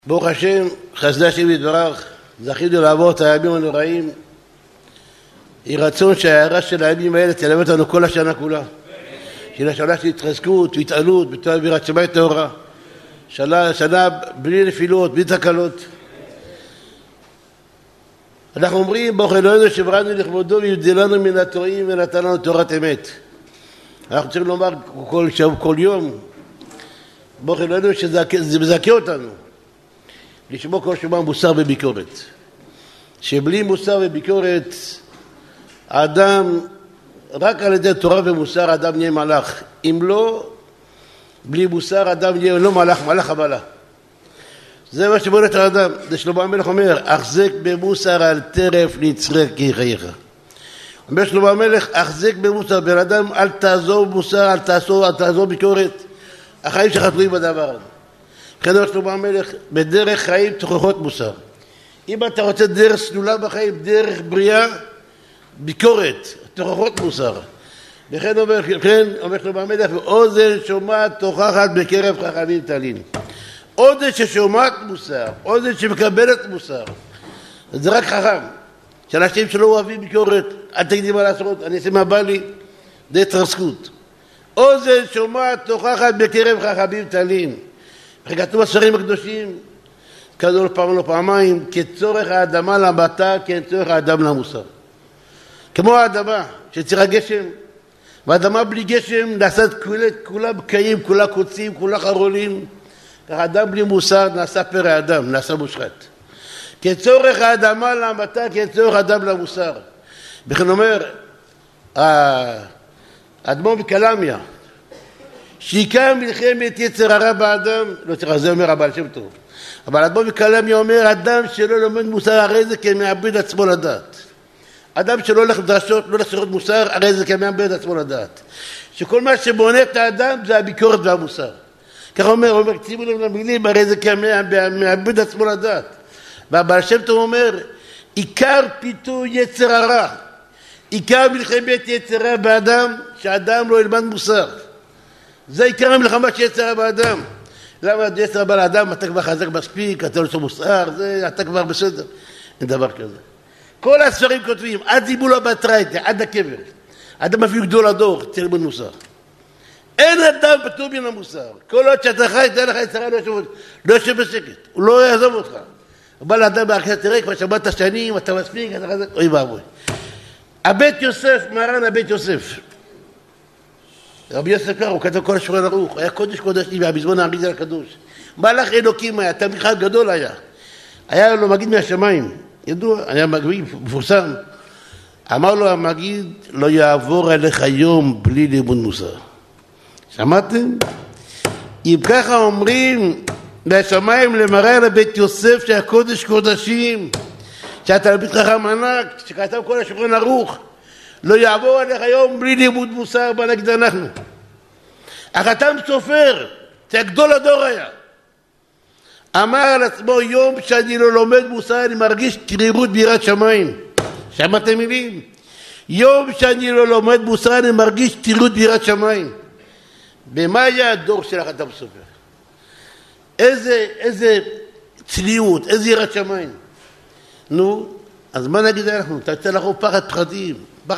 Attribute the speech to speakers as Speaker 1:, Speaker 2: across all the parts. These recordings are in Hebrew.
Speaker 1: ברוך השם, חסדי השם יתברך, זכינו לעבור את הימים הנוראים. יהי רצון שההערה של הימים האלה תלמד אותנו כל השנה כולה. שנה של התחזקות והתעלות בתורה ויראת שמיים טהורה. שנה בלי נפילות, בלי תקלות. אנחנו אומרים, ברוך אלוהינו שבראנו לכבודו והבדילנו מן הטועים ונתן לנו תורת אמת. אנחנו צריכים לומר כל יום, ברוך אלוהינו שזה מזכה אותנו. לשמור כל שמה מוסר וביקורת. שבלי מוסר וביקורת, האדם, רק על ידי תורה ומוסר, האדם נהיה מלאך. אם לא, בלי מוסר, האדם נהיה לא מלאך, מלאך הבלה. זה מה שבונה את האדם. זה שלמה המלך אומר, החזק במוסר על טרף נצרק כחייך. אומר שלמה המלך, החזק במוסר, בן אדם, אל תעזור מוסר, אל תעזור ביקורת. החיים שלך תלויים בדבר הזה. לכן אומר שלמה המלך, בדרך חיים תוכחות מוסר. אם אתה רוצה דרך סלולה בחיים, דרך בריאה, ביקורת, תוכחות מוסר. לכן אומר שלמה המלך, אוזן שומעת תוכחת בקרב חכמים תלין. אוזן ששומעת מוסר, אוזן שמקבלת מוסר. זה רק חכם. שאנשים שלא אוהבים ביקורת, אל תגידי מה לעשות, אני אעשה מה בא לי, זה התרסקות. אוזן שומעת תוכחת בקרב חכמים תלין. כתוב בספרים הקדושים, כתוב לא פעמיים, כצורך האדמה למטה, כצורך האדם למוסר. כמו האדמה, שצריכה גשם, והאדמה בלי גשם נעשית כולה בקעים, כולה קוצים, כולה חרולים. ככה אדם בלי מוסר נעשה פרא אדם, נעשה מושחת. כצורך האדמה למטה, כצורך האדם למוסר. בכן אומר, האדמו"ר מקלמיה, שיקה מלחמת יצר הרע באדם, לא צריך, זה אומר הבעל שם טוב. אבל האדמו"ר מקלמיה אומר, אדם שלא לומד מוסר, הרי זה כמאבד עצמו לדעת. אדם שלא הולך לדרשות, לא לשירות מוסר, הרי זה כמאבד עצמו לדעת. שכל מה שבונה את האדם זה הביקורת והמוסר. ככה אומר, שימו לב למילים, הרי זה כמאבד עצמו לדעת. והבעל שם טוב אומר, עיקר פיתוי יצר הרע, עיקר מלחמת יצר הרע באדם, שהאדם לא ילמד מוסר. זה עיקר המלחמה שיצר הרע באדם. למה יצר הרע באדם, אתה כבר חזק מספיק, אתה לא עושה מוסר, אתה כבר בסדר. אין דבר כזה. כל הספרים כותבים, עד זיבול הבטרייטה, עד הקבר. אדם אפילו גדול הדור, צריך ללמוד מוסר. אין אדם פטור מן המוסר. כל עוד שאתה חי, תהיה לך יצרה, לא יושב בשקט. הוא לא יעזוב אותך. הוא בא לאדם בהרכז, תראה, כבר שמעת שנים, אתה מספיק, אתה חזק, אוי ואבוי. הבית יוסף, מרן הבית יוסף. רבי יוסף קר, הוא כתב כל השולחן ערוך, היה קודש קודשים, והמזמון האריזה הקדוש. מלאך אלוקים היה, תלמיד גדול היה. היה לו מגיד מהשמיים, ידוע, היה מגיד מפורסם. אמר לו המגיד, לא יעבור עליך יום בלי לימוד מוסר. שמעתם? אם ככה אומרים מהשמיים למרן הבית יוסף שהיה קודש קודשים, שהתלמיד חכם ענק, שכתב כל השולחן ערוך, לא יעבור עליך יום בלי לימוד מוסר, בוא נגיד אנחנו. החתם סופר, שהגדול הדור היה, אמר על עצמו, יום שאני לא לומד מוסר, אני מרגיש קרירות ביראת שמיים. שמעתם מילים? יום שאני לא לומד מוסר, אני מרגיש קרירות ביראת שמיים. במה היה הדור של החתם סופר? איזה צניעות, איזה יראת שמיים. נו, אז מה נגיד אנחנו? אתה יוצא לחוב פחד פחדים,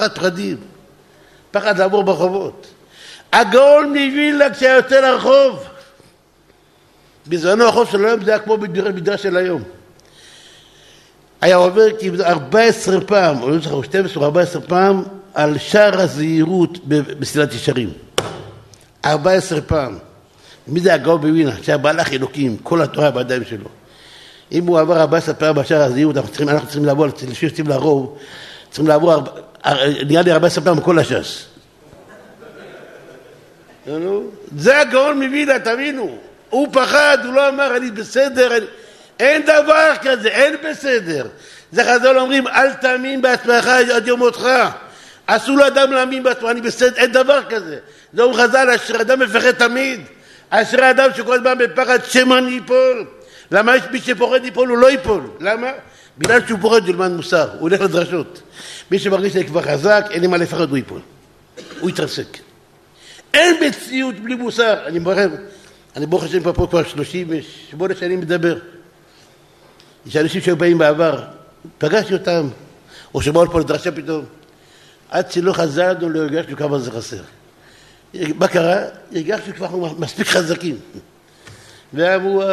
Speaker 1: פחד לעבור ברחובות. הגאון מווילנה כשהיה יוצא לרחוב, בזמנו החוב של היום זה היה כמו בדרה של היום. היה עובר 14 פעם, או 12 או 14 פעם, על שער הזהירות בסלילת ישרים. 14 פעם. מי זה הגאון מווילנה? שהיה מלאך אלוקים, כל התורה בידיים שלו. אם הוא עבר 14 פעם בשער הזהירות, אנחנו צריכים לעבור, לפי שצריכים לרוב, צריכים לעבור, נראה לי 14 פעם בכל הש"ס. זה הגאון מווילנה, תבינו. הוא פחד, הוא לא אמר, אני בסדר, אין דבר כזה, אין בסדר. זה חז"ל אומרים, אל תאמין בעצמך עד יום מותך. אסור לאדם להאמין בעצמו, אני בסדר, אין דבר כזה. זה אומר חז"ל, אשר אדם מפחד תמיד. אשר אדם שכל הזמן בפחד שמא אני ייפול. למה יש מי שפוחד ייפול, הוא לא ייפול. למה? בגלל שהוא פוחד ילמד מוסר, הוא הולך לדרשות. מי שמרגיש לי כבר חזק, אין לי מה לפחד, הוא ייפול. הוא יתרסק. אין מציאות בלי מוסר. אני ברוך השם פה כבר 38 שנים מדבר. יש אנשים שהיו באים בעבר, פגשתי אותם, או שבאו פה לדרשה פתאום, עד שלא חזרנו לא הרגשנו כמה זה חסר. מה קרה? הרגשנו כבר מספיק חזקים. ואמרו,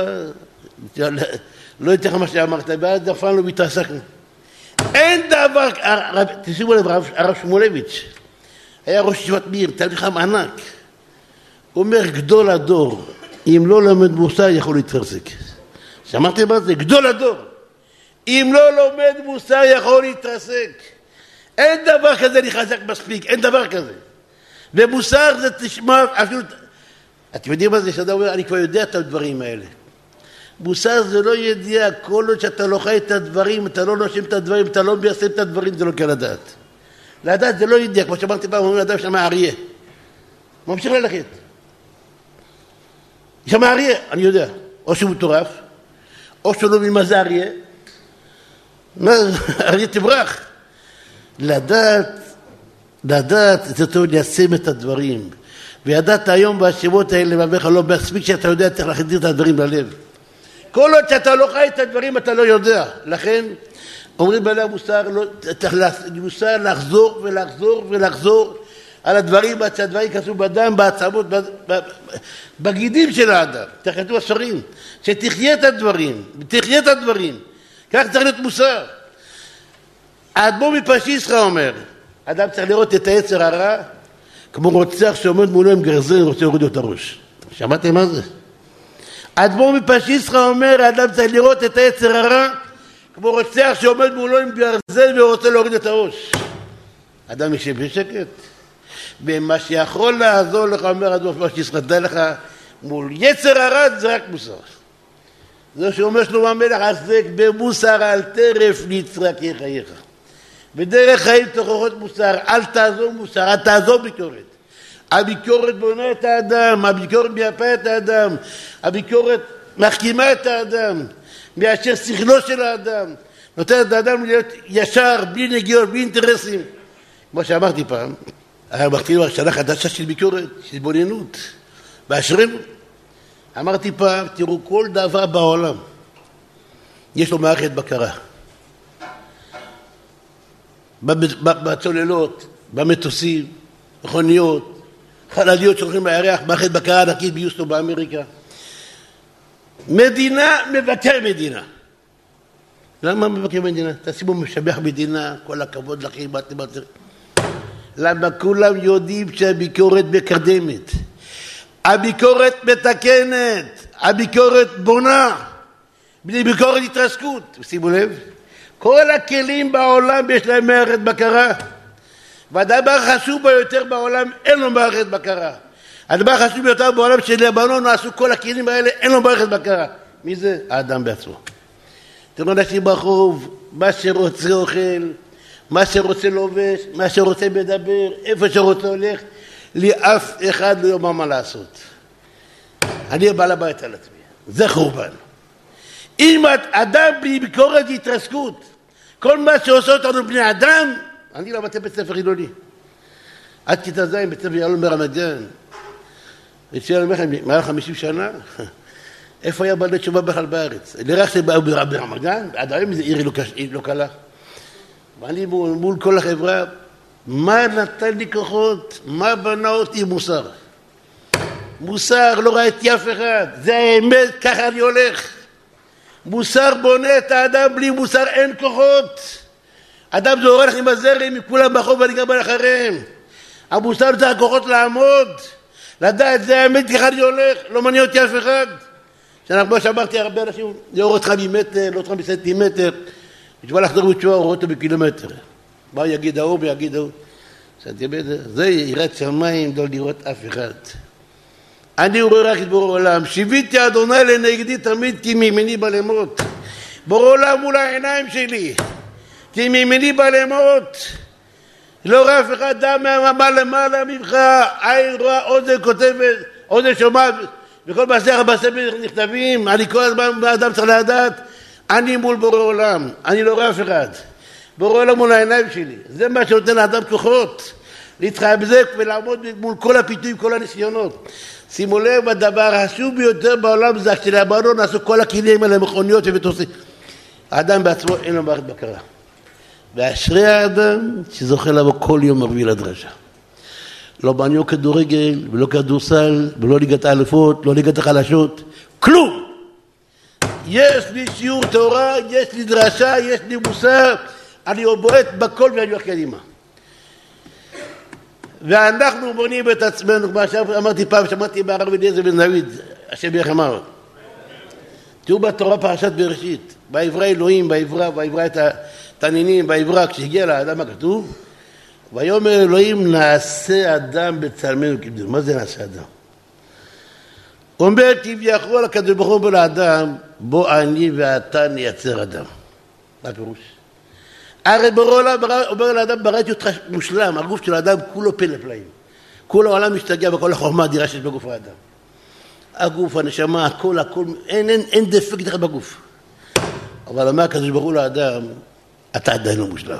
Speaker 1: לא יותר מה שאמרת, ואז דפן לו והתעסקנו. אין דבר, תשימו לב, הרב שמואלביץ' היה ראש ישיבת מיר, תלמיד חכם ענק. הוא אומר, גדול הדור, אם לא לומד מוסר יכול להתרסק. שמעתם מה זה? גדול הדור. אם לא לומד מוסר יכול להתרסק. אין דבר כזה לחזק מספיק, אין דבר כזה. ומוסר זה תשמע, אפילו, אתם יודעים מה זה? שאתה אומר, אני כבר יודע את הדברים האלה. מוסר זה לא ידיעה, כל עוד שאתה לא חי את הדברים, אתה לא נושם את הדברים, אתה לא מיישם את הדברים, זה לא כן לדעת. לדעת זה לא ידיעה, כמו שאמרתי פעם, אומרים לאדם שם אריה. ממשיך ללכת. שם אריה, אני יודע, או שהוא מטורף, או שהוא לא מבין מה זה אריה. מה, אריה תברח. לדעת, זה טוב ליישם את הדברים. וידעת היום בהשמות האלה, ואומרך לא מספיק שאתה יודע, צריך להחדיר את הדברים ללב. כל עוד שאתה לא חי את הדברים, אתה לא יודע. לכן, אומרים בעלי המוסר, צריך מוסר לחזור ולחזור ולחזור על הדברים, עד שהדברים כתוב בדם, בעצמות, בגידים של האדם. כתוב הספרים, שתחיה את הדברים, תחיה את הדברים. כך צריך להיות מוסר. האדמו"ר מפשיסחה אומר, אדם צריך לראות את היצר הרע, כמו רוצח שעומד מולו עם גרזן ורוצה להוריד לו את הראש. שמעתם מה זה? האדמו"ר מפשיסחה אומר, האדם צריך לראות את היצר הרע, כמו רוצח שעומד מולו עם גרזן ורוצה להוריד את הראש. אדם ישב בשקט. ומה שיכול לעזור לך, אומר האדמו"ר מפשיסחה, דע לך, מול יצר הרע זה רק מוסר. זה שאומר שלמה המלך, עסק במוסר על טרף נצרק חייך. בדרך חיים תוכחות מוסר, אל תעזור מוסר, אל תעזור ביקורת. הביקורת בונה את האדם, הביקורת מייפה את האדם, הביקורת מחכימה את האדם, מאשר שכלו של האדם, נותן את האדם להיות ישר, בלי נגיעות, בלי אינטרסים. כמו שאמרתי פעם, אמרתי לו, שנה חדשה של ביקורת, של בוננות, באשרנו. אמרתי פעם, תראו, כל דבר בעולם, יש לו מערכת בקרה. בצוללות, במטוסים, מכוניות, חלליות שהולכים לירח, מערכת בקרה ענקית ביוסטון באמריקה. מדינה מבקר מדינה. למה מבקר מדינה? תשימו משבח מדינה, כל הכבוד לכם, למה כולם יודעים שהביקורת מקדמת, הביקורת מתקנת, הביקורת בונה, בלי ביקורת התרסקות. שימו לב, כל הכלים בעולם יש להם מערכת בקרה, והדבר החשוב ביותר בעולם אין לו מערכת בקרה. הדבר החשוב ביותר בעולם של לבנון עשו כל הכלים האלה, אין לו מערכת בקרה. מי זה? האדם בעצמו. תראו אנשים ברחוב, מה שרוצה אוכל, מה שרוצה לובש, מה שרוצה מדבר, איפה שרוצה הולך, לי אף אחד לא יאמר מה לעשות. אני בעל הבית על עצמי, זה חורבן. אם אדם בלי ביקורת התרסקות, כל מה שעושה אותנו בני אדם, אני למדתי בית ספר חילוני. עד כיתה ז' בית ספר יעלון ברמת גן. וציין אומר לכם, מעל 50 שנה, איפה היה בעלי תשובה בכלל בארץ? נראה שבאו ברמת גן, עד היום זה עיר לא קלה. ואני מול כל החברה, מה נתן לי כוחות? מה בנה אותי? מוסר. מוסר, לא ראיתי אף אחד. זה האמת, ככה אני הולך. מוסר בונה את האדם, בלי מוסר אין כוחות. אדם זה הולך עם הזרם, מכולם בחוב ואני גם אחריהם. המוסר זה הכוחות לעמוד, לדעת, זה האמת, ככה אני הולך, לא מעניין אותי אף אחד. כמו שאמרתי, הרבה אנשים, זה אורות לך ממטר, לא אותך מסנטימטר, בשביל לחזור בתשובה, רואה אותו בקילומטר. מה יגיד ההוא ויגיד ההוא? סנטימטר, זה יראת שמיים, לא לראות אף אחד. אני רואה רק את בורא עולם, שיוויתי אדוני לנגדי תמיד, כי מימיני בא למות. בורא עולם מול העיניים שלי, כי מימיני בא למות. לא רואה אף אחד, דם מה למעלה ממך, עין רואה, אוזן כותבת, אוזן שומעת, וכל בספר נכתבים, אני כל הזמן באדם צריך לדעת, אני מול בורא עולם, אני לא רואה אף אחד. בורא עולם מול העיניים שלי, זה מה שנותן לאדם כוחות, להתחזק ולעמוד מול כל הפיתויים, כל הניסיונות. שימו לב, הדבר החשוב ביותר בעולם זה כשלבנון עשו כל הכלים האלה, מכוניות ומטוסים. האדם בעצמו אין לו מערכת בקרה. ואשרי האדם שזוכה לבוא כל יום רביעי לדרשה. לא מעניין כדורגל, ולא כדורסל, ולא ליגת האלופות, לא ליגת החלשות, כלום. יש לי שיעור תורה, יש לי דרשה, יש לי מוסר, אני בועט בכל ואני הולך קדימה. ואנחנו בונים את עצמנו, כמו שאמרתי פעם, שמעתי בהרב אליעזר בן דוד, השם ירחמו. תראו בתורה פרשת בראשית, ויברא אלוהים, ויברא את התנינים, ויברא, כשהגיע לאדם הכתוב, ויאמר אלוהים נעשה אדם בצלמנו כבדנו. מה זה נעשה אדם? אומר כביכול הקדוש ברוך הוא אומר לאדם, בוא אני ואתה נייצר אדם. מה הפירוש? הרי ברולה אומר לאדם, בראתי אותך מושלם, הגוף של האדם כולו פלא פלאים. כל העולם משתגע בכל החוכמה האדירה שיש בגוף האדם. הגוף, הנשמה, הכל, אין דפקט אחד בגוף. אבל אומר הקדוש ברוך הוא לאדם, אתה עדיין לא מושלם.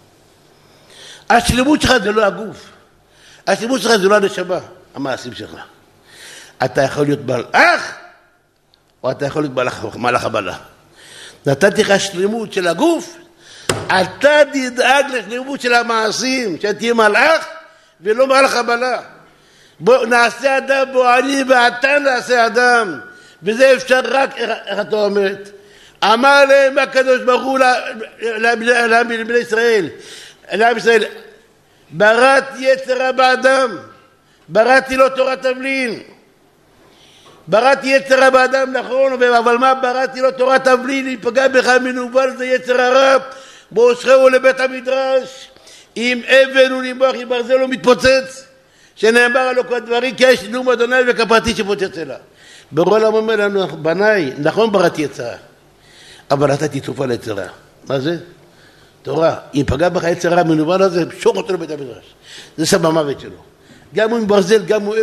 Speaker 1: השלמות שלך זה לא הגוף. השלמות שלך זה לא הנשמה, המעשים שלך. אתה יכול להיות מלאך, או אתה יכול להיות מלאך הבלה. נתתי לך שלמות של הגוף, אתה תדאג לשלמות של המעשים, שתהיה מלאך ולא מלאך הבלה. בוא נעשה אדם, בוא אני ואתה נעשה אדם. וזה אפשר רק, איך אתה אומרת? אמר להם הקדוש ברוך הוא לבני ישראל, לעם ישראל, בראת יצר באדם, בראתי לו תורת תבלין. בראתי יצר באדם, נכון, אבל מה בראתי לו תורת תבלין? יפגע בך מנוול, זה יצר הרע. בוא שכרו לבית המדרש, אם אבן הוא נמבח, אם ברזל הוא מתפוצץ, שנאמר עלו כל דברים, כי יש נאום אדוני וכפרתי שפוצץ אלה. ברור למה אומר לנו, בניי, נכון בראתי יצרה, אבל נתתי תרופה ליצרה. מה זה? תורה. אם פגע בך יצרה מנוול הזה, שור אותו לבית המדרש. זה סבב המוות שלו. גם הוא עם ברזל, גם הוא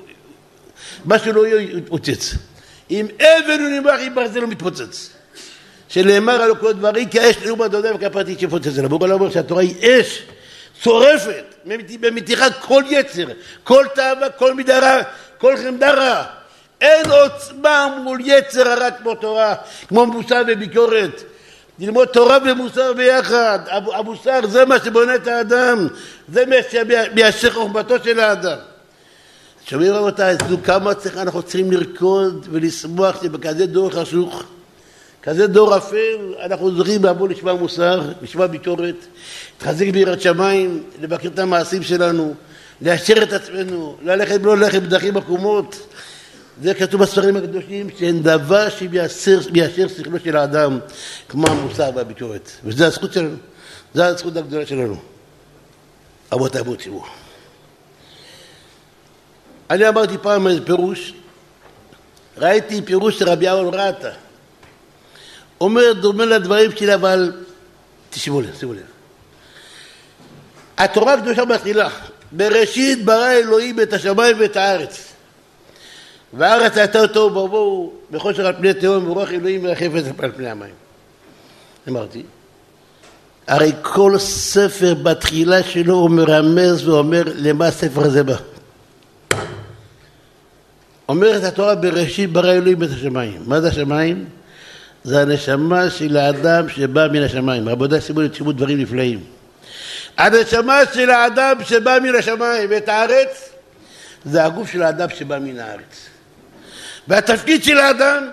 Speaker 1: מה שלא יהיה יתפוצץ. אם אבן הוא נמבח, אם ברזל הוא מתפוצץ. שנאמר עלו כל דברים, כי האש נאום אדוני וכפרתי שפוצץ אלה. ברור למה אומר שהתורה היא אש שורפת, במתיחת כל יצר, כל תאווה, כל מדרה, כל חמדה רע. אין עוצמה מול יצר הרע כמו תורה, כמו מוסר וביקורת. ללמוד תורה ומוסר ביחד. המוסר זה מה שבונה את האדם, זה מה שמיישר חוכמתו של האדם. שומעים רבותיי, כמה אנחנו צריכים לרקוד ולשמוח שבכזה דור חשוך, כזה דור אפל, אנחנו זוכים לבוא לשמוע מוסר, לשמוע ביקורת, להתחזק ביראת שמיים, לבקר את המעשים שלנו, לאשר את עצמנו, ללכת ולא ללכת בדרכים עקומות. זה כתוב בספרים הקדושים, שאין דבר שמיישר שכלו של האדם כמו המוסר והביקורת. וזה הזכות שלנו, זו הזכות הגדולה שלנו. רבותיי, בואו תראו. אני אמרתי פעם איזה פירוש, ראיתי פירוש של רבי אהרון רטה. אומר דומה לדברים שלי, אבל תשימו לב, שימו לב. התורה הקדושה מתחילה, בראשית ברא אלוהים את השמיים ואת הארץ. והארץ הייתה תוהו ובוהו, בחושך על פני תהום, ורוח אלוהים מרחפת על פני המים. אמרתי, הרי כל ספר בתחילה שלו הוא מרמז ואומר למה הספר הזה בא. אומרת התורה בראשית ברא אלוהים את השמיים. מה זה השמיים? זה הנשמה של האדם שבא מן השמיים. רבותיי, שימו דברים נפלאים. הנשמה של האדם שבא מן השמיים, ואת הארץ זה הגוף של האדם שבא מן הארץ. והתפקיד של האדם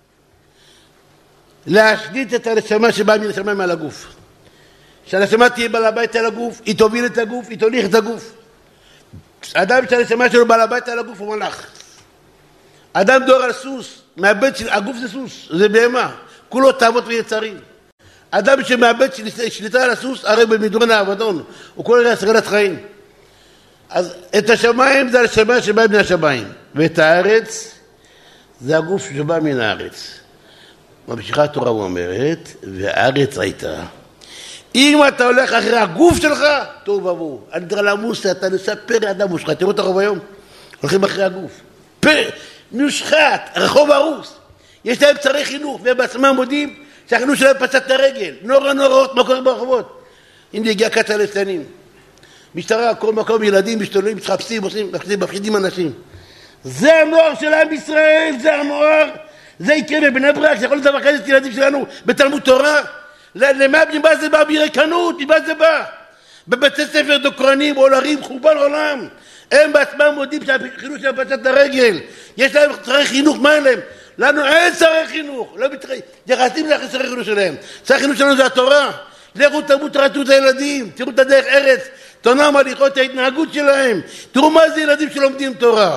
Speaker 1: להשליט את הנשמה שבא מן השמיים על הגוף. שהנשמה תהיה בעל הבית על הגוף, היא תוביל את הגוף, היא תוליך את הגוף. האדם שהנשמה שלו בעל הבית על הגוף הוא מלאך. אדם דור על סוס, מאבד של הגוף זה סוס, זה בהמה, כולו תאוות ויצרים. אדם שמאבד שליטה על הסוס, הרי במדרון האבדון, הוא כל הזמן סכנת חיים. אז את השמיים זה הנשמה שבא מן השמיים, ואת הארץ זה הגוף שבא מן הארץ. ממשיכה התורה ואומרת, והארץ הייתה. אם אתה הולך אחרי הגוף שלך, טוב ובוהו. אנדרלמוס, אתה נספר אדם מושחת. תראו את הרוב היום, הולכים אחרי הגוף. מושחת, רחוב הרוס. יש להם צרי חינוך, והם בעצמם מודים שהחינוך שלהם פצע את הרגל. נוראות, מה קורה ברחובות. הנה הגיע קצה לסטנים. משטרה, כל מקום ילדים משתוללים, מתחפשים, מפחידים אנשים. זה הנוער של עם ישראל, זה הנוער זה יקרה בבני ברק, זה יכול לדבר כזה את ילדים שלנו בתלמוד תורה? למה זה בא בריקנות? ממה זה בא? בבתי ספר דוקרנים, עולרים, חורבן עולם. הם בעצמם מודים שהחינוך של פשט הרגל. יש להם שרי חינוך, מה להם? לנו אין שרי חינוך. לא מתייחסים לשרי חינוך שלהם. שרי חינוך שלנו זה התורה. לכו תרבו תרתו את הילדים, תראו את הדרך ארץ, תונה מליכות את ההתנהגות שלהם. תראו מה זה ילדים שלומדים תורה.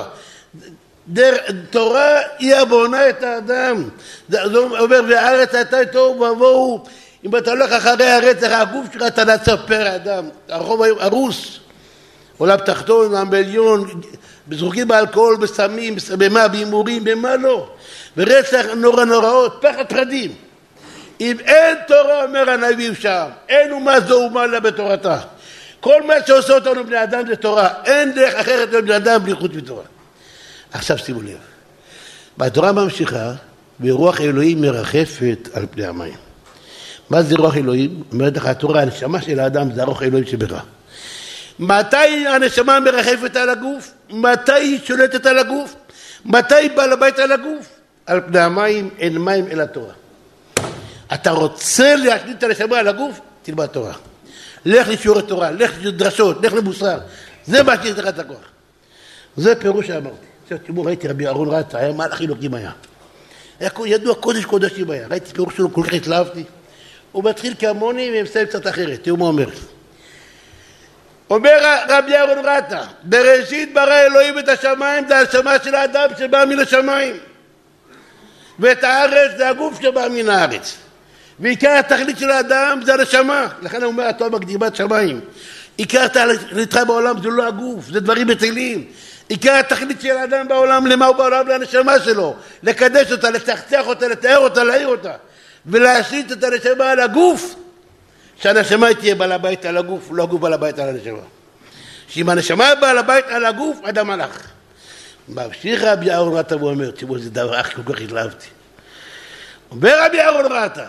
Speaker 1: תורה היא הבונה את האדם. זה אומר, והארץ הייתה תוהו ובוהו. אם אתה הולך אחרי הרצח, הגוף שלך אתה לספר אדם. הרחוב הרוס. עולם תחתון, עולם בעליון, זרוקים באלכוהול, בסמים, במה, בהימורים, במה לא. ורצח נוראות, פחד פחדים. אם אין תורה, אומר הנביא שם, אין אומה זו אומה לה בתורתה. כל מה שעושה אותנו בני אדם זה תורה. אין דרך אחרת לבני אדם בלי חוץ מתורה. עכשיו שימו לב. בתורה ממשיכה, ורוח אלוהים מרחפת על פני המים. מה זה רוח אלוהים? אומרת לך התורה, הנשמה של האדם זה הרוח אלוהים שברה. מתי הנשמה מרחפת על הגוף? מתי היא שולטת על הגוף? מתי היא באה לבית על הגוף? על פני המים, אין מים אלא תורה. אתה רוצה להשליט את הנשמה על הגוף? תלמד תורה. לך לשיעורי תורה, לך לדרשות, לך למוסר. זה מה שיש לך את הכוח. זה פירוש שאמרתי. עכשיו תראו, ראיתי רבי אהרון רצה, היה מהלך אלוקים היה. ידוע קודש קודשים היה. ראיתי פירוש שלו, כל כך התלהבתי. הוא מתחיל כמוני ומסיים קצת אחרת. תראו מה אומר. אומר רבי אהרון רצה, בראשית ברא אלוהים את השמיים, זה השמה של האדם שבא מן השמיים. ואת הארץ זה הגוף שבא מן הארץ. ועיקר התכלית של האדם זה הנשמה. לכן הוא אומר, התורה מקדימת שמיים. עיקר התכליתך בעולם זה לא הגוף, זה דברים בטלים. עיקר התכלית של האדם בעולם, למה הוא בעולם? לנשמה שלו. לקדש אותה, לצחצח אותה, לתאר אותה, להעיר אותה. ולהשליט את הנשמה על הגוף. שהנשמה תהיה בעל הבית על הגוף, לא הגוף בעל הבית על הנשמה. שאם הנשמה בעל הבית על הגוף, אדם הלך. ממשיך רבי אהרון רטה ואומר, תראו, זה דבר אך כל כך התלהבתי. אומר רבי אהרון רטה,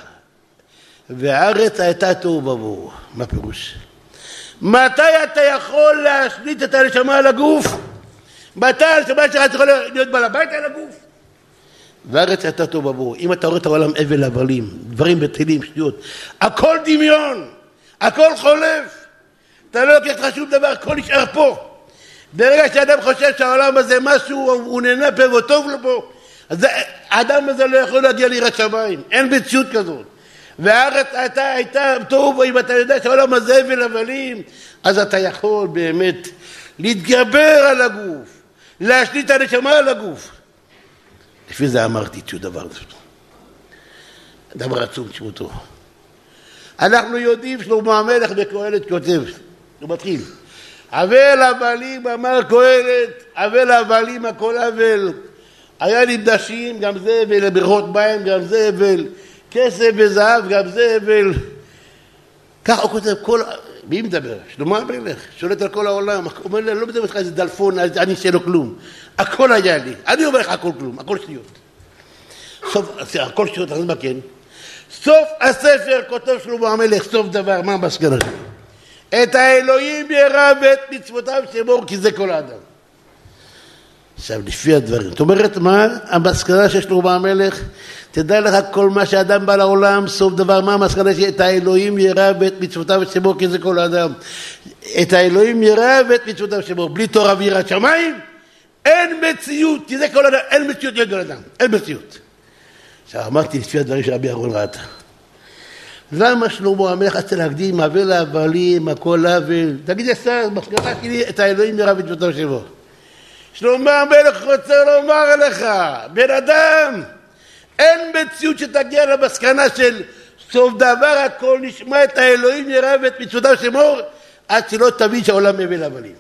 Speaker 1: והארץ הייתה תוהו ובוהו. מה פירוש? מתי אתה יכול להשליט את הנשמה על הגוף? מתי הנשמה שלך צריך להיות בעל הבית על הגוף? והארץ הייתה תוהו ובוהו. אם אתה רואה את העולם אבל הבלים, דברים בטלים, שטויות, הכל דמיון, הכל חולף. אתה לא לוקח לך שום דבר, הכל נשאר פה. ברגע שאדם חושב שהעולם הזה משהו, הוא נהנה פה וטוב לו פה, אז האדם הזה לא יכול להגיע ליראת שמיים. אין מציאות כזאת. והארץ הייתה טוב, אם אתה יודע שהעולם הזה אבל הבלים, אז אתה יכול באמת להתגבר על הגוף, להשליט את הנשמה על הגוף. לפי זה אמרתי שהוא דבר זה. דבר עצום תשמעו. אנחנו יודעים שלמה המלך בקהלת כותב, הוא מתחיל. אבל הבלים אמר קהלת, אבל הבלים הכל אבל. היה נמדשים, גם זה אבל, לברכות בהם, גם זה אבל. כסף וזהב, גם זה אבל. ככה הוא כותב, מי מדבר? שלמה המלך, שולט על כל העולם. הוא אומר לי, לא מדבר לך איזה דלפון, אני שאין לו כלום. הכל היה לי. אני אומר לך הכל כלום, הכל שניות. הכל שניות, אז מה כן? סוף הספר כותב שלמה המלך, סוף דבר, מה המסקנה שלו? את האלוהים ירא ואת מצוותיו שמור, כי זה כל האדם. עכשיו, לפי הדברים. זאת אומרת, מה המסקנה של שלמה המלך? תדע לך כל מה שאדם בא לעולם, סוף דבר, מה המסקנה שאת האלוהים ירא ואת מצוותיו שמור, כי זה כל האדם. את האלוהים ירא ואת מצוותיו שמור. בלי תורה ויראת שמיים, אין מציאות, כי זה כל אדם, אין מציאות לכל אדם, אין מציאות. עכשיו, אמרתי לפי הדברים של רבי אהרון רטה. למה שלמה המלך רצה להקדים, אבל הבלים, הכל אבל? תגיד ישר, מסקנה שלי, את האלוהים ירא ואת מצוותיו שמור. שלמה המלך רוצה לומר לך, בן אדם, אין מציאות שתגיע למסקנה של סוף דבר הכל נשמע את האלוהים ירא ואת מצוותיו שמור, עד שלא תבין שהעולם אבל הבלים.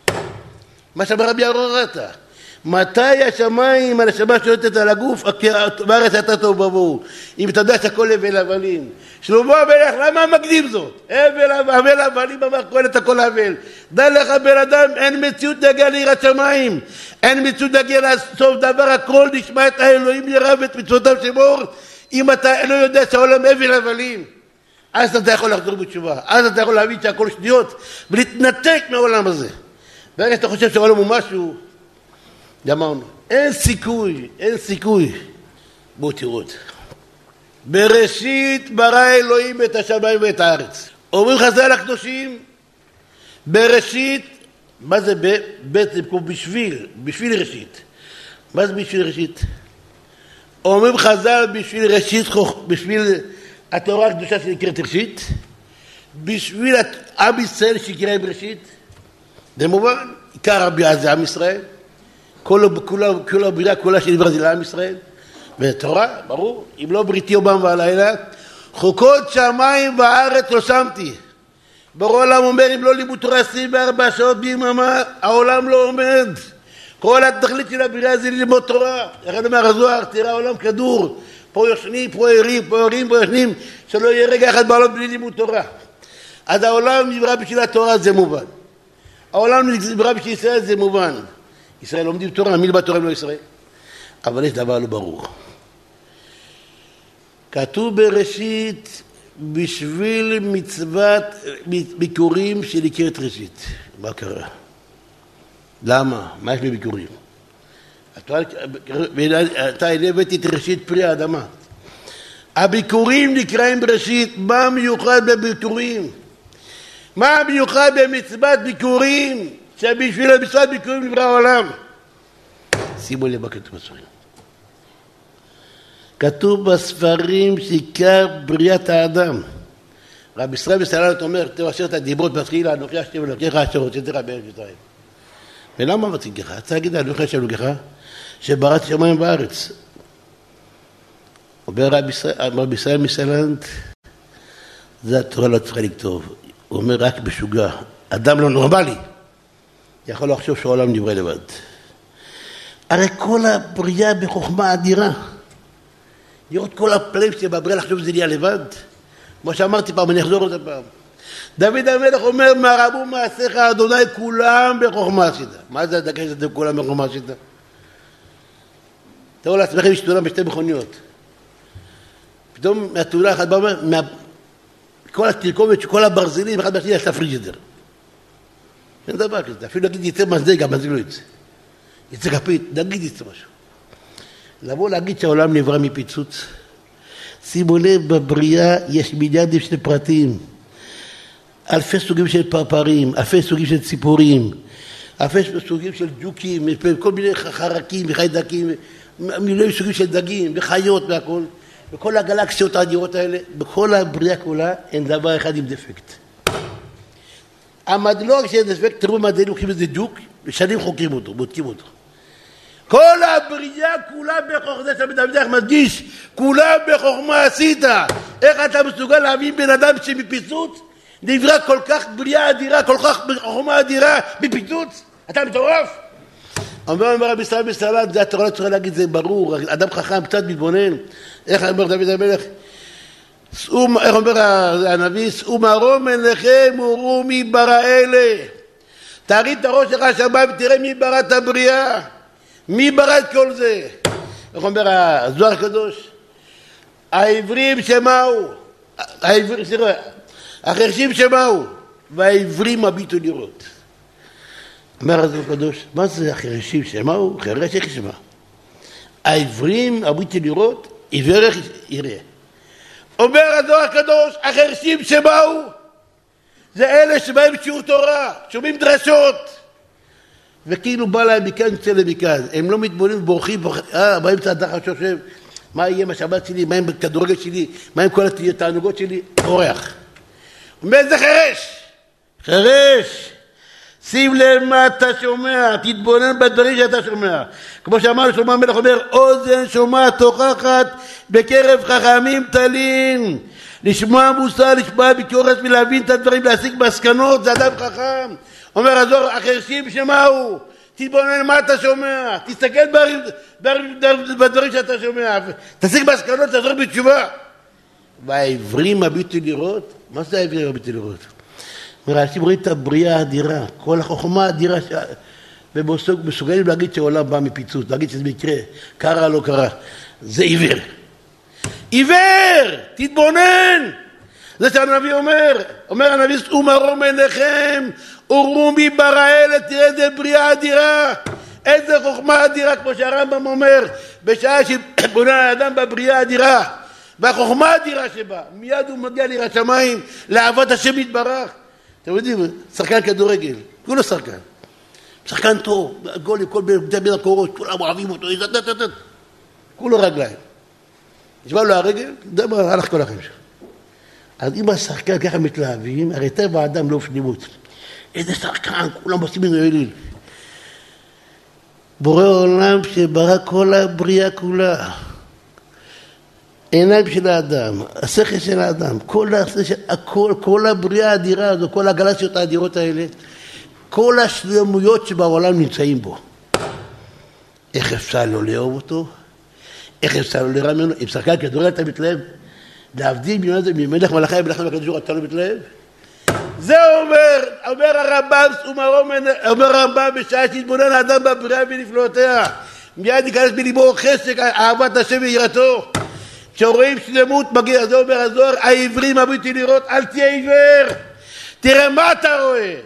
Speaker 1: מה שאמר רבי אהרון רטה, מתי השמיים, הנשמה שולטת על הגוף, בארץ הייתה תוהו ובוהו. אם אתה יודע שהכל אבל הבלים. שלמה המלך, למה מקדים זאת? אבל הבלים אמר קהלת הכל אבל. דע לך בן אדם, אין מציאות להגיע ליראת שמיים. אין מציאות להגיע לסוף דבר הכל, נשמע את האלוהים ירא ואת מצוותיו שמור. אם אתה לא יודע שהעולם אבל הבלים. אז אתה יכול לחזור בתשובה. אז אתה יכול להבין שהכל שניות ולהתנתק מהעולם הזה. ברגע שאתה חושב שהעולם הוא משהו, אמרנו, אין סיכוי בואו תראו את זה. בראשית ברא אלוהים את השמיים ואת הארץ. אומרים חז"ל הקדושים, בראשית, מה זה בית? זה פה בשביל ראשית. מה זה בשביל ראשית? אומרים חז"ל בשביל ראשית, בשביל התורה הקדושה שנקראת ראשית, בשביל עם ישראל שיקרא בראשית, זה מובן, עיקר הבריאה זה עם ישראל, כל הבריאה כולה שנברא זה לעם ישראל, ותורה, ברור, אם לא בריתי יומם והלילה, חוקות שמיים וארץ לא שמתי. ברור העולם אומר, אם לא לימוד תורה 24 שעות ביממה, העולם לא עומד. כל התכלית של הבריאה זה ללמוד תורה. אחד אומר הזוהר, תראה העולם כדור, פה ישנים, פה ערים, פה ערים, פה ישנים, שלא יהיה רגע אחד בעולם בלי לימוד תורה. אז העולם נברא בשביל התורה, זה מובן. העולם נברא בשביל ישראל, זה מובן. ישראל לומדים תורה, מי לבד תורה לא ישראל. אבל יש דבר לא ברור. כתוב בראשית בשביל מצוות ביקורים שנקראת ראשית. מה קרה? למה? מה יש בביקורים? אתה הבאתי את ראשית פרי האדמה. הביקורים נקראים בראשית. מה מיוחד בביקורים? מה מיוחד במצוות ביקורים? שבשביל המצוות ביקורים נברא העולם. שימו לב מה כתוב בספרים. כתוב בספרים שעיקר בריאת האדם. רב ישראל בסללת אומר, תראו אשר את הדיברות מתחילה, אנוכי השם אלוקיך אשר הוצאתך בארץ מצרים. ולמה מתחיל ככה? אתה תגיד, אנוכי השם אלוקיך שבראתי שמיים בארץ. אומר רב ישראל מסללת, זה התורה לא צריכה לכתוב. הוא אומר רק בשוגע. אדם לא נורמלי יכול לחשוב שהעולם נברא לבד. הרי כל הבריאה בחוכמה אדירה. לראות כל הפלאים שבבריאה לחשוב שזה נהיה לבד. כמו שאמרתי פעם, אני אחזור עוד פעם. דוד המלך אומר, מה רבו מעשיך אדוני כולם בחוכמה עשית. מה זה הדקה שאתם כולם בחוכמה עשית? תראו לעצמכם יש תאונה בשתי מכוניות. פתאום מהתאונה אחת בא אומר, כל התלקומת שכל הברזלים, אחד בשני יעשה פריג'דר. אין דבר כזה, אפילו להגיד יצא מזדג, המזדג לא יצא. יצא כפית, נגיד יצא משהו. לבוא להגיד שהעולם נברא מפיצוץ. שימו לב, בבריאה יש מיליארדים של פרטים. אלפי סוגים של פרפרים, אלפי סוגים של ציפורים, אלפי סוגים של ג'וקים, כל מיני חרקים וחיידקים, מיליון סוגים של דגים וחיות והכל. בכל הגלקסיות האדירות האלה, בכל הבריאה כולה, אין דבר אחד עם דפקט. המדלוג שאין דפקט, תראו מדעים לוקחים איזה ג'וק, ושנים חוקרים אותו, בודקים אותו. כל הבריאה כולה בחוכמה, זה שמדמדך מדגיש, כולה בחוכמה עשית. איך אתה מסוגל להבין בן אדם שמפיצוץ, נברא כל כך בריאה אדירה, כל כך בחוכמה אדירה, מפיצוץ? אתה מטורף? אומר רבי ישראל בסללת, זה התורה לא צריכה להגיד, זה ברור, אדם חכם קצת מתבונן. איך אומר דוד המלך? איך אומר הנביא? שאו מרום עיניכם וראו מי ברא אלה. תרים את הראש שלך השמיים ותראה מי ברא את הבריאה. מי ברא את כל זה? איך אומר הזוהר הקדוש? העברים שמעו, החרשים שמעו, והעברים הביטו לראות. אומר הזוהר הקדוש, מה זה החרשים שמעו? חרש איך שמע? העברים הביטו לראות, עיוור איך יראה. אומר הזוהר הקדוש, החרשים שבאו, זה אלה שבאים שיעור תורה, שומעים דרשות, וכאילו בא להם מכאן, יוצא להם מכאן. הם לא מתבוננים, בורחים, באמצע הדחת שושב, מה יהיה עם השבת שלי, מה עם הכדורגל שלי, מה עם כל התענוגות שלי, אורח. אומר, זה חרש, חרש. שים לב מה אתה שומע, תתבונן בדברים שאתה שומע. כמו שאמר שלמה המלך אומר, אוזן שומעת תוכחת בקרב חכמים תלין. לשמוע מוסר, לשמוע ביקורת ולהבין את הדברים, להסיק מסקנות, זה אדם חכם. אומר הזוהר, החרשים שמעו, תתבונן מה אתה שומע, תסתכל בדברים שאתה שומע, תסיק מסקנות, תחזור בתשובה. והעברים הביטו לראות, מה זה העברים הביטו לראות? אנשים רואים את הבריאה האדירה, כל החוכמה האדירה, ומסוגלים להגיד שהעולם בא מפיצוץ, להגיד שזה מקרה, קרה לא קרה, זה עיוור. עיוור, תתבונן! זה שהנביא אומר הנביא, שאו מרום עיניכם, וראו מי ברא אלה, תראה איזה בריאה אדירה, איזה חוכמה אדירה, כמו שהרמב"ם אומר, בשעה שבונה האדם בבריאה אדירה, והחוכמה אדירה שבה, מיד הוא מגיע ליראת שמיים, לאהבת השם יתברך. אתם יודעים, שחקן כדורגל, כולו שחקן. שחקן טוב, גולים, כל בין הקורות, כולם אוהבים אותו, כולו רגליים. נשמע לו הרגל, דבר, הלך כל החיים שלו. אז אם השחקן ככה מתלהבים, הרי טבע האדם לא שלמות. איזה שחקן, כולם עושים ממנו אליל. בורא עולם שברא כל הבריאה כולה. עיניים של האדם, השכל של האדם, כל הבריאה האדירה הזו, כל הגלקסיות האדירות האלה, כל השלמויות שבעולם נמצאים בו. איך אפשר לא לאהוב אותו? איך אפשר לא לראה ממנו? אם שחקן כדורגל אתה מתלהב, להבדיל ממלך מלאכי המלאכה והקדוש אתה לא מתלהב? זה אומר הרמב"ם, אומר הרמב"ם בשעה שהתבונן האדם בבריאה ונפלאותיה, מיד ייכנס בליבו חשק, אהבת השם ויראתו. כשרואים שלמות מגיע, זה אומר הזוהר, העברים הבלתי לראות, אל תהיה עיוור, תראה מה אתה רואה.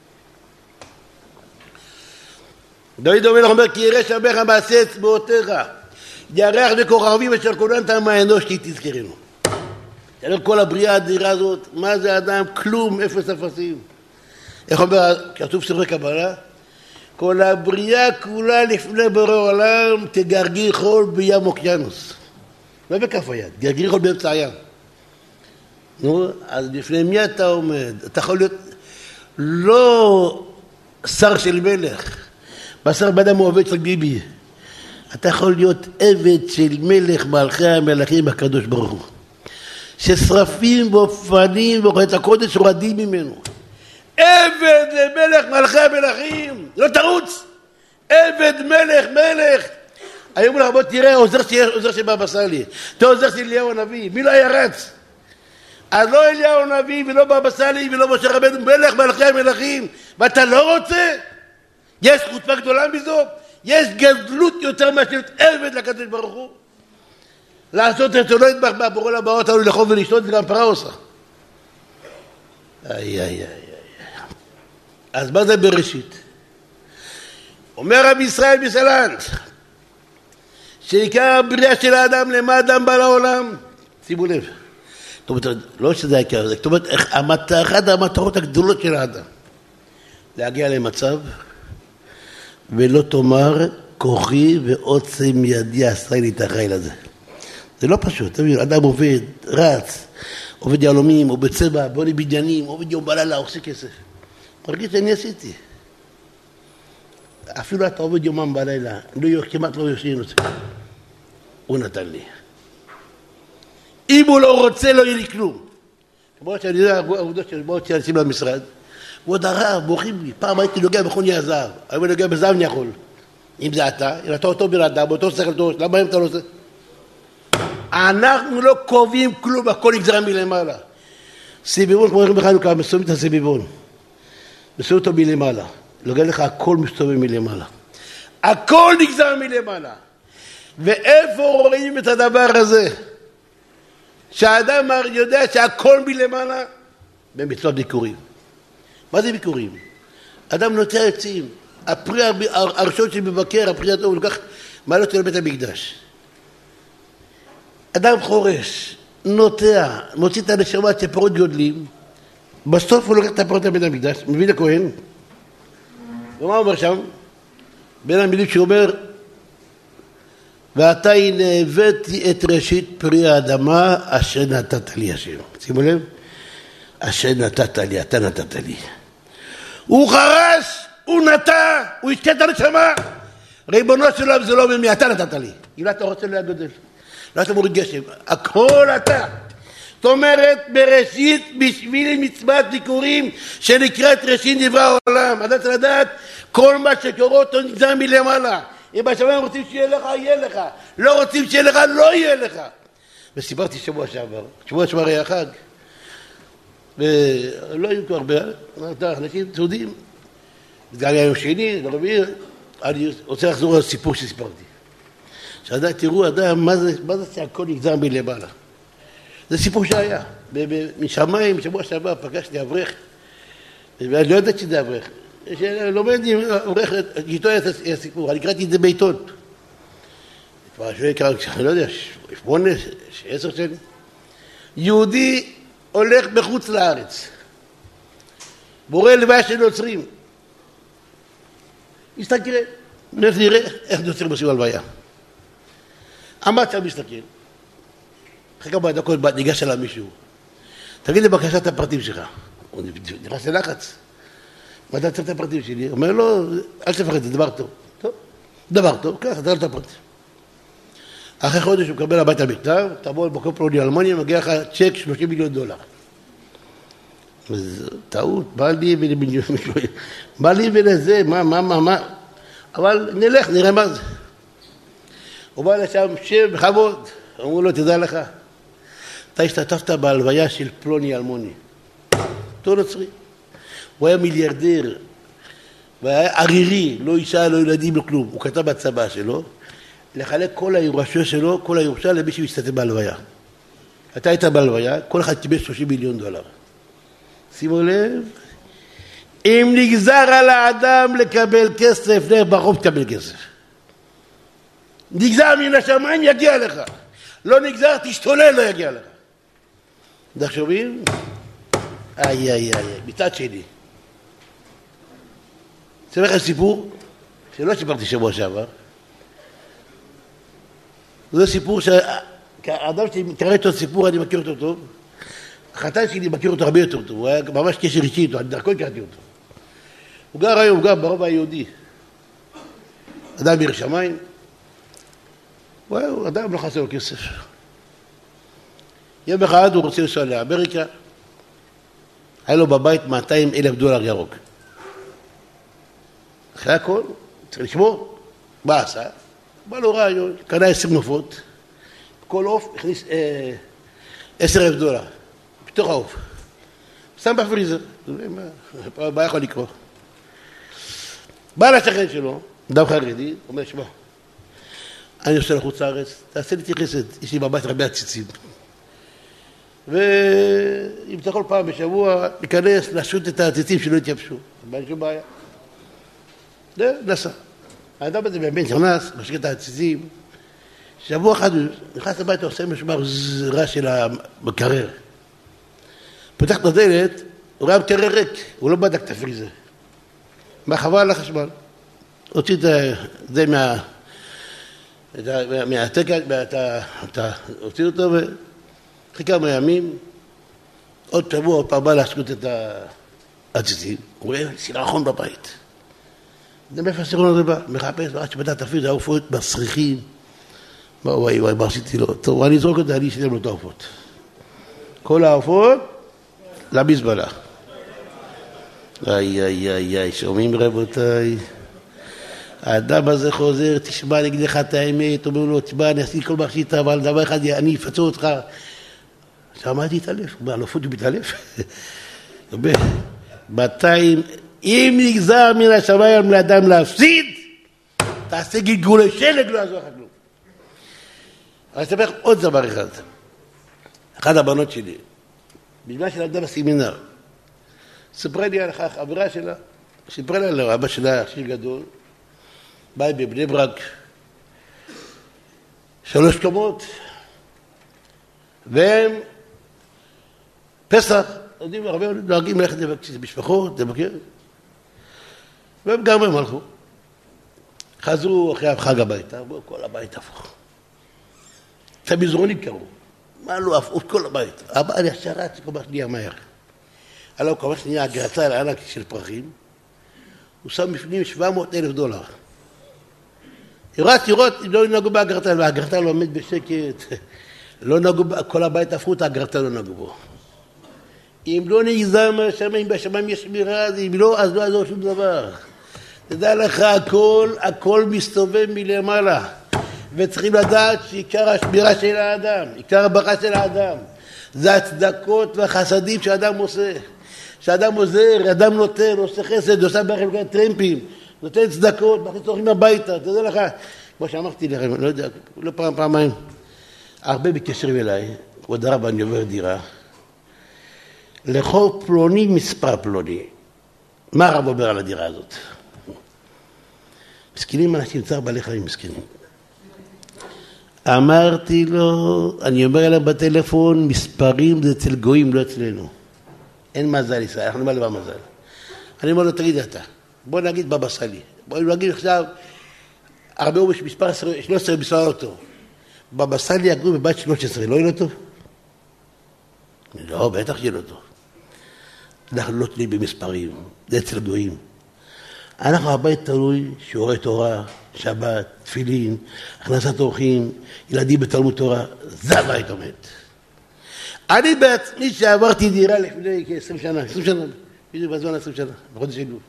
Speaker 1: דוד המלך אומר, כי ירא שמך מעשה אצבעותיך, ירח וכוכבים אשר כוננת מהאנוש כי תזכרנו. תראה כל הבריאה האדירה הזאת, מה זה אדם? כלום, אפס אפסים. איך אומר, כתוב ספרי קבלה, כל הבריאה כולה לפני בורא עולם תגרגיר חול בים אוקיינוס. לא בכף היד, גרגיר חול באמצע הים. נו, אז לפני מי אתה עומד? אתה יכול להיות לא שר של מלך, בשר בן אדם הוא עובד של ביבי. אתה יכול להיות עבד של מלך מלכי המלכים הקדוש ברוך הוא. ששרפים ואופנים ואוכלת הקודש רועדים ממנו. עבד למלך מלכי המלכים, לא תרוץ. עבד מלך. היום לך בוא תראה עוזר של בבא סאלי, עוזר של אליהו הנביא, מי לא היה רץ? אז לא אליהו הנביא ולא בבא סאלי ולא משה רבנו, מלך מלכי המלכים, ואתה לא רוצה? יש חוצפה גדולה מזו? יש גדלות יותר מאשר עבד לקדוש ברוך הוא? לעשות את זה לא יתבח בבורא לבאות עלו לאכול ולשתות וגם פרה עושה. אז מה זה בראשית? אומר רבי ישראל מסלנט, שעיקר הבריאה של האדם למה אדם בא לעולם? שימו לב. זאת אומרת, לא שזה העיקר, זאת אומרת, אחת המטרות הגדולות של האדם, להגיע למצב, ולא תאמר, כוחי ועוצם ידי עשה לי את החיל הזה. זה לא פשוט, אדם עובד, רץ, עובד יהלומים, עובד צבע, בונה בניינים, עובד יום בלילה, עושה כסף. מרגיש שאני עשיתי. אפילו אתה עובד יומם בלילה, כמעט לא יושבים אותי. הוא נתן לי. אם הוא לא רוצה, לא יהיה לי כלום. כמו שאני יודע, העובדות של באות שיאנשים למשרד, ועוד הרב, בורחים לי. פעם הייתי נוגע בחוני הזהב, היום אני נוגע בזהב אני יכול. אם זה אתה, אם אתה אותו בן אדם, באותו שכל טוב, למה אתה לא עושה? אנחנו לא קובעים כלום, הכל נגזר מלמעלה. סיביבון, כמו אומרים בחנוכה, מסובבים את הסיביבון. מסובבים אותו מלמעלה. לוגע לך, הכל מסתובב מלמעלה. הכל נגזר מלמעלה. ואיפה רואים את הדבר הזה? שהאדם יודע שהכל מלמעלה? במצוות ביקורים. מה זה ביקורים? אדם נוטע עצים. הפרי הראשון שמבקר, הפרי הטוב, הוא לוקח מעלה אותו לבית המקדש. אדם חורש, נוטע, מוציא את הנשמה שפירות גודלים, בסוף הוא לוקח את הפירות לבית המקדש, מביא לכהן, ומה הוא אומר שם? בין המילים שאומר, ואתה הנה הבאתי את ראשית פרי האדמה אשר נתת לי השם. שימו לב, אשר נתת לי, אתה נתת לי. הוא חרש, הוא נטע, הוא השקע את הנשמה. ריבונו של עולם זה לא ממי, אתה נתת לי. אם אתה רוצה לא יגדל. לא אתה מוריד גשם, הכל אתה. זאת אומרת, בראשית בשביל מצוות ביקורים שנקראת ראשית דברי העולם. אתה צריך לדעת, כל מה שקורה אותו נגזר מלמעלה. אם בשמיים רוצים שיהיה לך, יהיה לך. לא רוצים שיהיה לך, לא יהיה לך. וסיפרתי שבוע שעבר היה חג. ולא היו כבר הרבה, אנשים צעודים. זה היה יום שני, לרביעי, אני רוצה לחזור על הסיפור שסיפרתי. שעדיין תראו, אדם, מה זה שהכל נגזר מלמעלה. זה סיפור שהיה. משמיים, בשבוע שעבר, פגשתי אברך, ואני לא יודעת שזה אברך. שלומד עם אברך, איתו היה הסיפור, אני קראתי את זה בעיתון. כבר אני לא יודע, 8, 10 שנים. יהודי הולך בחוץ לארץ, בורא לוויה של נוצרים. מסתכל, נראה איך נוצרים עושים הלוויה. עמד שם מסתכל. אחרי כמה דקות ניגש אליו מישהו. תגיד לי בבקשה את הפרטים שלך. הוא נכנס ללחץ. מה אתה צריך את הפרטים שלי? הוא אומר לו, אל תפחד, זה דבר טוב. טוב, דבר טוב, ככה, תראה את הפרטים. אחרי חודש הוא מקבל הביתה מכתב, תבוא לבקור פלוני אלמוני, מגיע לך צ'ק $30 מיליון. טעות, בא לי ולזה, מה. אבל נלך, נראה מה זה. הוא בא לשם, שב בכבוד. אמרו לו, תדע לך, אתה השתתפת בהלוויה של פלוני אלמוני. אותו נוצרי. הוא היה מיליארדר, והיה ערירי, לא אישה, לא ילדים, לא כלום. הוא כתב בצבא שלו, לחלק כל הירושה שלו, כל הירושה למי שהשתתף בהלוויה. אתה היית בהלוויה, כל אחד קיבל $30 מיליון. שימו לב, אם נגזר על האדם לקבל כסף, לך ברחוב תקבל כסף. נגזר מן השמיים, יגיע לך. לא נגזר, תשתולל, לא יגיע לך. דחשובים? איי, מצד שני. אספר לכם סיפור שלא סיפרתי שבוע שעבר. זה סיפור שהאדם שלי מתקרא איתו סיפור, אני מכיר אותו טוב. החתן שלי מכיר אותו הרבה יותר טוב, הוא היה ממש קשר אישי איתו, אני דרכו הכרתי אותו. הוא גר היום, הוא גר ברובע היהודי. אדם ירא שמיים. הוא אדם לא חסר לו כסף. יום אחד הוא רוצה לנסוע לאמריקה, היה לו בבית $200,000 ירוק. אחרי הכל, צריך לשמור, מה עשה? בא לו רעיון, קנה 20 נופות, כל עוף הכניס $10,000, בתוך העוף. שם בפריזר, מה יכול לקרוא? בא לשכן שלו, אדם חרדי, אומר, שמע, אני עושה לחוץ לארץ, תעשה לי תכסת, יש לי בבית הרבה עציצים. ואם צריך כל פעם בשבוע, להיכנס, לשוט את העציצים שלא יתייבשו. אין שום בעיה. זה, נסע. האדם הזה באמת נכנס, משקיע את העציצים. שבוע אחד הוא נכנס לבית, הוא עושה משמע רע של המקרר. פותח את הדלת, הוא ראה מקרר ריק, הוא לא בדק את הפריזר. מהחבל על החשמל. הוציא את זה מהתקע, הוציא אותו ואחרי כמה ימים, עוד שבוע, עוד פעם בא להשקות את העציצים, הוא רואה סירחון בבית. זה מאיפה הסירחון הזה בא, מחפש, עד שבדק את הפריזר, העופות מסריחים. וואי, מה עשיתי לו? טוב, אני אזרוק אותה, אני אשלם לו את העופות. כל העופות, למזבלה. איי, שומעים רבותיי. האדם הזה חוזר, תשמע, אני אגיד לך את האמת, אומר לו, תשמע, אני אעשי כל מה שעשית, אבל דבר אחד, אני אפצור אותך. שמעתי התעלף, מה, לא פוטו מתעלף? 200, אם נגזר מן השמיים לאדם להפסיד, תעשה גלגולי שלג, לא יעזור לך כלום. אני אספר עוד דבר אחד. אחת הבנות שלי, בזמן של אדם בסמינר, ספרה לי על החברה שלה, סיפרה לה על אבא שלה, שיר גדול, בית בבני ברק, 3 קומות, והם פסח, יודעים, הרבה נוהגים ללכת לבקר משפחות, לבקר, והם גם הם הלכו. חזרו אחרי החג הביתה, בואו, כל הבית הפוך. את המזרונים קראו, מה לא הפוך, כל הבית. אבא, אני עכשיו רץ, כל מה שנייה מהר. עלה, כל מה שנייה, הגרצה על הענק של פרחים, הוא שם בפנים $700,000. רץ לראות, לא נגעו באגרטל, והאגרטל עומד בשקט, לא נגעו, כל הבית הפכו את האגרטל, לא נגעו בו. אם לא נגזר מהשמיים, בשמיים יש שמירה, אם לא, אז לא יעזור שום דבר. תדע לך, הכל מסתובב מלמעלה, וצריכים לדעת שעיקר השמירה של האדם, עיקר הברכה של האדם, זה הצדקות והחסדים שהאדם עושה. שאדם עוזר, אדם נותן, עושה חסד, עושה ברכב טרמפים, נותן צדקות, מכניס אורחים הביתה, תדע לך, כמו שאמרתי לכם, לא יודע, לא פעמיים, הרבה מתקשרים אליי, כבוד הרב, אני עובר דירה, לכל פלוני מספר פלוני, מה הרב אומר על הדירה הזאת? מסכנים אנשים, צער בעלי חיים מסכנים. אמרתי לו, אני אומר אליו בטלפון, מספרים זה אצל גויים, לא אצלנו. אין מזל ישראל, אנחנו נאמר לבא מזל. אני אומר לו, תגיד אתה, בוא נגיד בבא סאלי. בוא נגיד עכשיו, הרבה הוא מספר 13 מספר אותו. בבא סאלי הגוי בבית 13, לא יהיה לו טוב? לא, בטח יהיה לו טוב. אנחנו לא תלויים במספרים, זה אצל גויים. אנחנו הבית תלוי שיעורי תורה, שבת, תפילין, הכנסת אורחים, ילדים בתלמוד תורה, זה הבית עומד. אני בעצמי שעברתי דירה לפני כ-20 שנה, 20 שנה, בדיוק בזמן 20 שנה, בחודש אלול.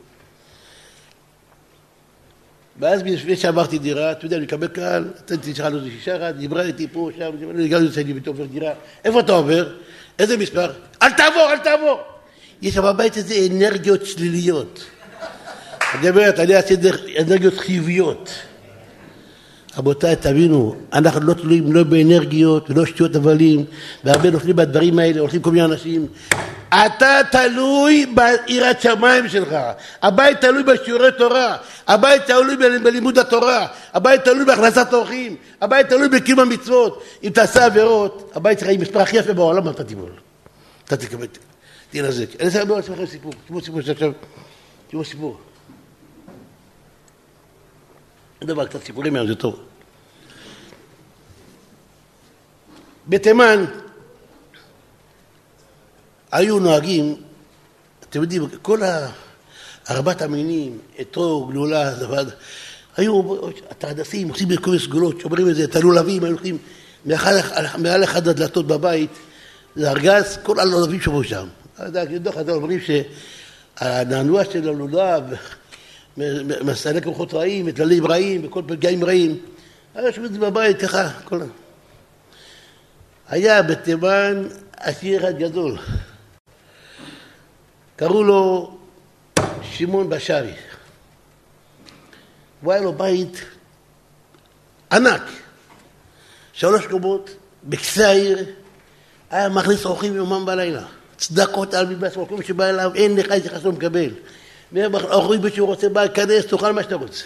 Speaker 1: ואז לפני שעברתי דירה, אתה יודע, אני מקבל קהל, נתתי שלך לו שישה אחד, דיברה איתי פה, שם, הגענו לצדי בתוך דירה, איפה אתה עובר? איזה מספר? אל תעבור, אל תעבור! יש בבית הזה אנרגיות שליליות. אני אומרת, אני עשיתי אנרגיות חיוביות. רבותיי, תבינו, אנחנו לא תלויים לא באנרגיות ולא שטויות הבלים, והרבה נופלים בדברים האלה, הולכים כל מיני אנשים. אתה תלוי ביראת שמיים שלך, הבית תלוי בשיעורי תורה, הבית תלוי בלימוד התורה, הבית תלוי בהכנסת אורחים, הבית תלוי בקיום המצוות. אם תעשה עבירות, הבית שלך עם מספר הכי יפה בעולם, אתה תיבול. אתה תקבל, תנזק. אני אעשה הרבה לכם סיפור, תראו סיפור. דבר קצת סיפורים מהם, זה טוב. בתימן היו נוהגים, אתם יודעים, כל ארבעת המינים, אתרוג, גלולה, היו התהדסים, עושים בכל סגולות, שאומרים את זה, את הלולבים, היו הולכים מעל אחד הדלתות בבית, זה ארגז, כל הלולבים שבו שם. דוח הזה אומרים שהנענוע של הלולב, מסלק רוחות רעים, מטללים רעים, וכל פגעים רעים. היה שומעים את זה בבית ככה, כל... היה בתימן עשיר אחד גדול. קראו לו שמעון בשארי. הוא היה לו בית ענק. 3 קומות, בקצה העיר, היה מכניס אורחים יומם בלילה. צדקות על מבס, מקום שבא אליו, אין לך איזה חסום מקבל. אוכלים שהוא רוצה, בא, כנס, תאכל מה שאתה רוצה.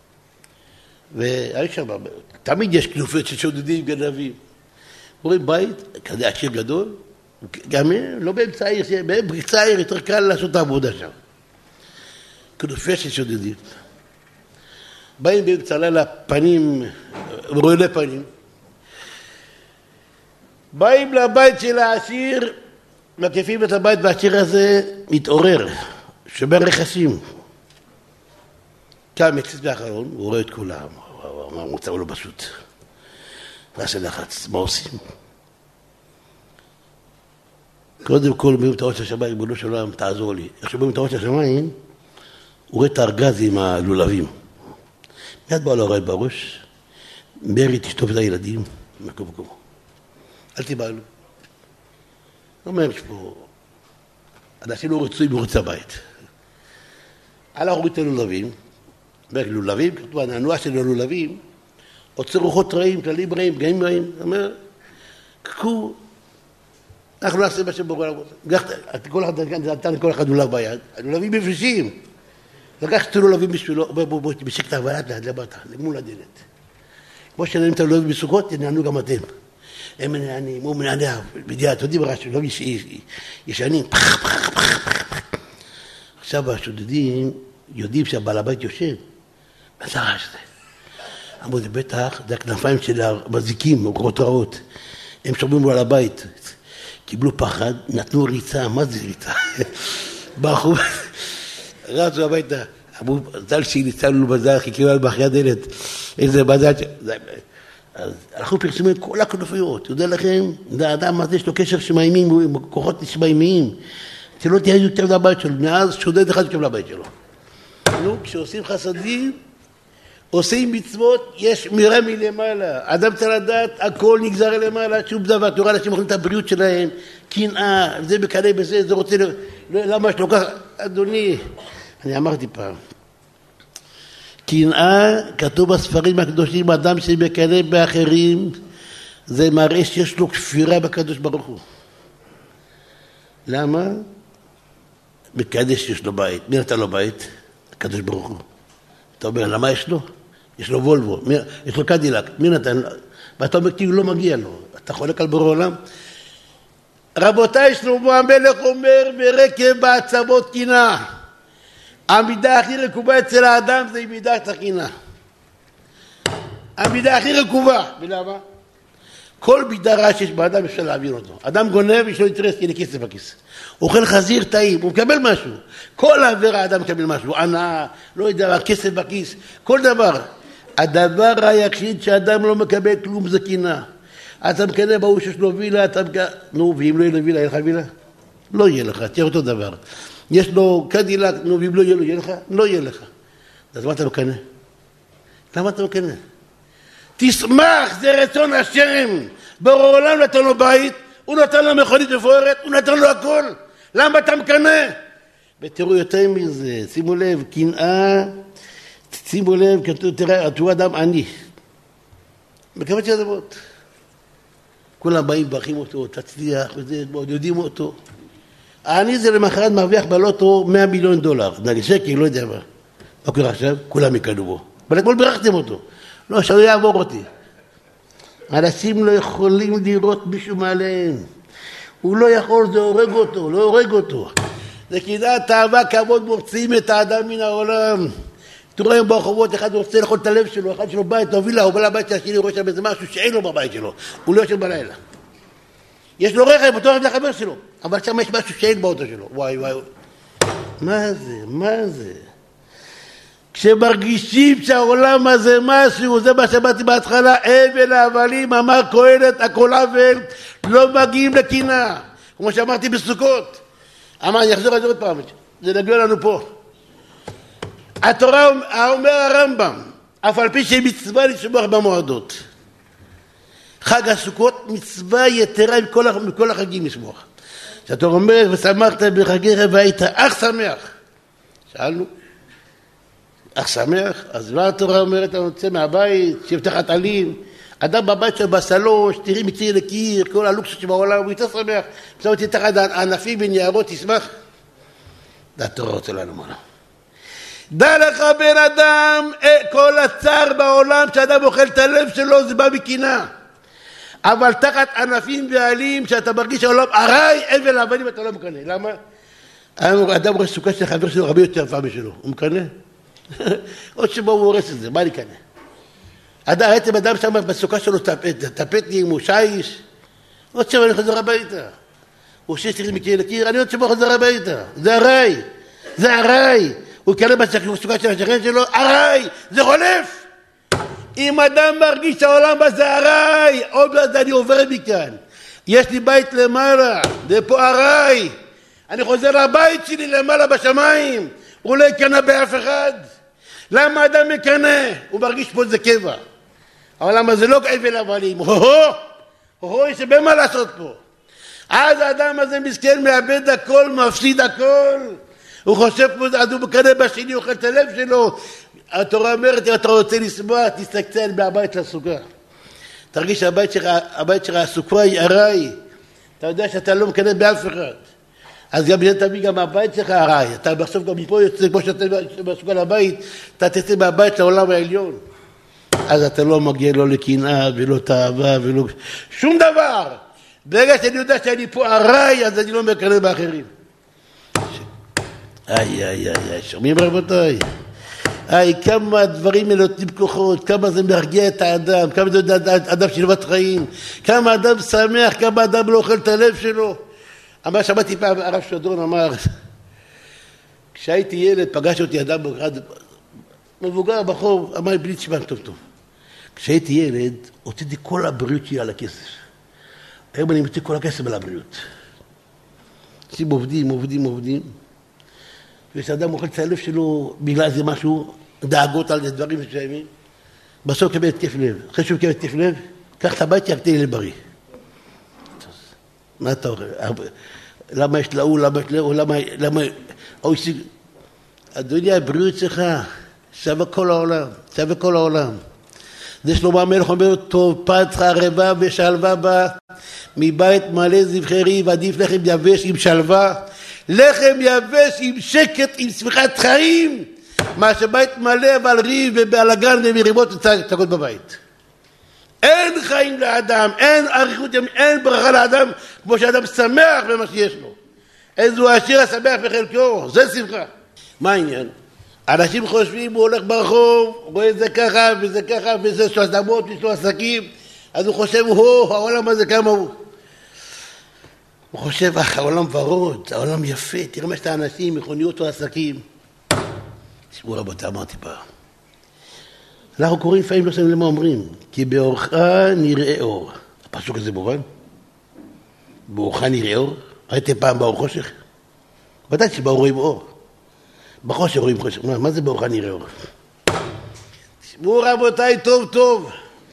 Speaker 1: והיו שם, תמיד יש כנופיות של שודדים גנבים. רואים בית, כזה עשיר גדול, גם לא באמצע העיר, באמצע העיר יותר קל לעשות את העבודה שם. כנופיות של שודדים. באים באמצע לילה פנים, רועלי פנים. באים לבית של העשיר, מקיפים את הבית, והעשיר הזה מתעורר. שבר רכסים. כאן מציץ באחרון, הוא רואה את כולם, הוא מוצא לו פשוט. ועשה לחץ, מה עושים? קודם כל, אומרים את הראש השמיים, ריבונו של עולם, תעזור לי. איך שאומרים את הראש השמיים, הוא רואה את הארגז עם הלולבים. מיד בא לו הרי בראש, מרי תשטוף את הילדים, מקום. אל תיבא לו. אומר, יש פה, אנשים לא רצויים מחוץ הבית. הלך הוריד את הלולבים, לולבים, כתוב, הנענוע של הלולבים, עוצר רוחות רעים, כללים רעים, פגעים רעים, אומר, קחו, אנחנו נעשה מה שבורא לנו. כל אחד נתן כל אחד לולב ביד, הלולבים מפרישים. לקח את הלולבים בשבילו, בוא, תמשק את הוולד ליד לבטה, למול הדלת. כמו שנענים את הלולבים בסוכות, תנענו גם אתם. הם מנענים, הוא מנענע, בדיעה, אתם יודעים רעש, לא ישנים, עכשיו השודדים יודעים שהבעל הבית יושב, מה זה הרעש הזה? אמרו, זה בטח, זה הכנפיים של המזיקים, רוחות רעות, הם שומעים לו על הבית, קיבלו פחד, נתנו ריצה, מה זה ריצה? ברחו, רצו הביתה, אמרו, זל שניצל לנו בזל, חיכינו על מאחורי הדלת, איזה בזל, אז אנחנו פרסמו את כל הכנופיות, יודע לכם, זה האדם הזה יש לו קשר שמיימים, כוחות שמיימיים, שלא תהיה יותר לבית שלו, מאז שודד אחד שכם לבית שלו. נו, כשעושים חסדים, עושים מצוות, יש מירה מלמעלה. אדם צריך לדעת, הכל נגזר למעלה, שום דבר, תורה אנשים אוכלים את הבריאות שלהם, קנאה, זה מקנה בזה, זה רוצה, למה יש לו ככה? אדוני, אני אמרתי פעם, קנאה, כתוב בספרים הקדושים, אדם שמקנה באחרים, זה מראה שיש לו כפירה בקדוש ברוך הוא. למה? מקדש יש לו בית. מי נתן לו בית? הקדוש ברוך הוא. אתה אומר, למה יש לו? יש לו וולבו, יש לו קדילק, מי נתן? ואתה אומר, כאילו לא מגיע לו, אתה חולק על בורא עולם? רבותיי, שלמה המלך אומר, ברקב בעצמות קינה. המידה הכי רקובה אצל האדם זה מידת הקינה. המידה הכי רקובה. ולמה? כל מידה רעה שיש באדם אפשר להעביר אותו. אדם גונב, יש לו אינטרס, כי לכסף בכיס. הוא אוכל חזיר טעים, הוא מקבל משהו. כל העבר האדם מקבל משהו. הנאה, לא יודע, כסף בכיס, כל דבר. הדבר היחיד שאדם לא מקבל כלום זה קינה. אתה מקנה בהוא שיש לו וילה, אתה מקנה... נו, ואם לא יהיה לו וילה, יהיה לך וילה? לא יהיה לך, תהיה אותו דבר. יש לו קדילק, נו, ואם לא יהיה לו, יהיה לך? לא יהיה לך. אז מה אתה מקנה? למה אתה מקנה? תשמח, זה רצון השם. ברור העולם נתן לו בית, הוא נתן לו מכונית מפוארת, הוא נתן לו הכל. למה אתה מקנה? ותראו יותר מזה, שימו לב, קנאה, שימו לב, תראה, אתה אדם עני. מקבל שדבות. כולם באים, ברכים אותו, תצליח, וזה, יודעים אותו. העני זה למחרת מרוויח בלוטו $100 מיליון. נגיד שקל, לא יודע מה. מה קורה עכשיו? כולם יקנו בו. אבל אתמול ברכתם אותו. לא, שלא יעבור אותי. אנשים לא יכולים לראות מישהו מעליהם. הוא לא יכול, זה הורג אותו, לא הורג אותו. זה קנאת תאווה, כבוד מורצים את האדם מן העולם. תראו היום ברחובות, אחד רוצה לאכול את הלב שלו, אחד שלו בית, תוביל לה, הוא בא לבית שהשני רואה שם איזה משהו שאין לו בבית שלו. הוא לא יושב בלילה. יש לו רכב, אותו רכב לחבר שלו, אבל שם יש משהו שאין באוטו שלו. וואי וואי. מה זה? מה זה? כשמרגישים שהעולם הזה משהו, זה מה שאמרתי בהתחלה, אבל ההבלים, אמר קהלת, הכל עוול, לא מגיעים לקנאה. כמו שאמרתי בסוכות. אמר, אני אחזור עוד פעם, זה נגיע לנו פה. התורה אומר הרמב"ם, אף על פי שמצווה לשמוח במועדות. חג הסוכות מצווה יתרה מכל החגים לשמוח. שאתה אומר, ושמחת בחגיך והיית אך שמח. שאלנו, אך שמח? אז מה התורה אומרת, אתה יוצא מהבית, שבתחת עלים, אדם בבית שלו בסלון, שתראי מקיר לקיר, כל הלוקסוס שבעולם, הוא יותר שמח. עכשיו תתחת ענפים וניירות, תשמח. זה התורה רוצה לנו מונה. דע לך בן אדם, כל הצער בעולם שאדם אוכל את הלב שלו זה בא מקנאה. אבל תחת ענפים ועלים שאתה מרגיש שהעולם ארעי, אבל אבנים אתה לא מקנה. למה? אדם רואה סוכה של חבר שלו הרבה יותר יפה משלו. הוא מקנה? עוד שבו הוא הורס את זה, מה אני קנה? ראיתם אדם שם בסוכה שלו טפטים, הוא שיש. עוד שבו אני חוזר הביתה. הוא שתראה מקיר לקיר, אני עוד שבו חוזר הביתה. זה ארעי. זה ארעי. הוא יקנה בסוכה של השכן שלו, ארעי. זה חולף. אם אדם מרגיש שהעולם הזה ארעי, עוד לא אני עובר מכאן. יש לי בית למעלה, זה פה ארעי. אני חוזר לבית שלי למעלה בשמיים. הוא לא יקנה באף אחד. למה אדם יקנה? הוא מרגיש פה זה קבע. העולם הזה לא אבל אבלים. יש הרבה מה לעשות פה. אז האדם הזה מסכן, מאבד הכל, מפסיד הכל. הוא חושב פה, אז הוא מקנה בשני, הוא אוכל את הלב שלו. התורה אומרת, אם אתה רוצה לשמוח, תסתכל מהבית לסוכה. תרגיש שהבית שלך, הסוכה היא ארעי. אתה יודע שאתה לא מקנה באף אחד. אז גם זה תביא גם מהבית שלך ארעי. אתה בסוף גם מפה יוצא, כמו שאתה בסוכה לבית, אתה תצא מהבית לעולם העליון. אז אתה לא מגיע לא לקנאה ולא תאווה ולא... שום דבר. ברגע שאני יודע שאני פה ארעי, אז אני לא מקנה באחרים. שומעים רבותיי? כמה הדברים האלה נותנים כוחות, כמה זה מרגיע את האדם, כמה זה אדם שלוות חיים, כמה אדם שמח, כמה אדם לא אוכל את הלב שלו. אמר, שמעתי פעם, הרב שדרון אמר, כשהייתי ילד פגש אותי אדם מבוגר בחור, אמר לי בלי תשמע טוב. כשהייתי ילד, הוצאתי כל הבריאות שלי על הכסף. היום אני מוצא כל הכסף על הבריאות. אנשים עובדים. ושאדם אוכל את הלב שלו בגלל זה משהו, דאגות על דברים מסוימים, בסוף קבל התקף לב. אחרי שהוא קבל התקף לב, קח את הבית, יקטה ילד בריא. מה אתה אומר? למה יש להוא, למה... אדוני, הבריאות שלך שווה כל העולם. זה שלמה המלך אומר, טוב פתך ערבה ושלווה בה, מבית מלא זבחי ועדיף לחם יבש עם שלווה, לחם יבש עם שקט, עם שמחת חיים. מה שבית מלא ועל ריב ובאלגן ומריבות וצעקות בבית. אין חיים לאדם, אין אריכות, אין ברכה לאדם כמו שאדם שמח במה שיש לו. איזו השיר השמח בחלקו, זה שמחה. מה העניין? אנשים חושבים, הוא הולך ברחוב, רואה את זה ככה וזה ככה וזה יש לו אדמות ויש לו עסקים, אז הוא חושב, העולם הזה כמה הוא. הוא חושב, העולם ורוד, העולם יפה, תראה מה שאתה אנשים, מכוניות או עסקים. תשמעו רבותי, אמרתי פעם. אנחנו קוראים לפעמים לא שמים למה אומרים, כי באורך נראה אור. הפסוק הזה מובן? באורך נראה אור? ראיתם פעם באור חושך? ודאי שבאור רואים אור. בחושך רואים חושך. מה זה באורך נראה אור? תשמעו רבותיי טוב טוב.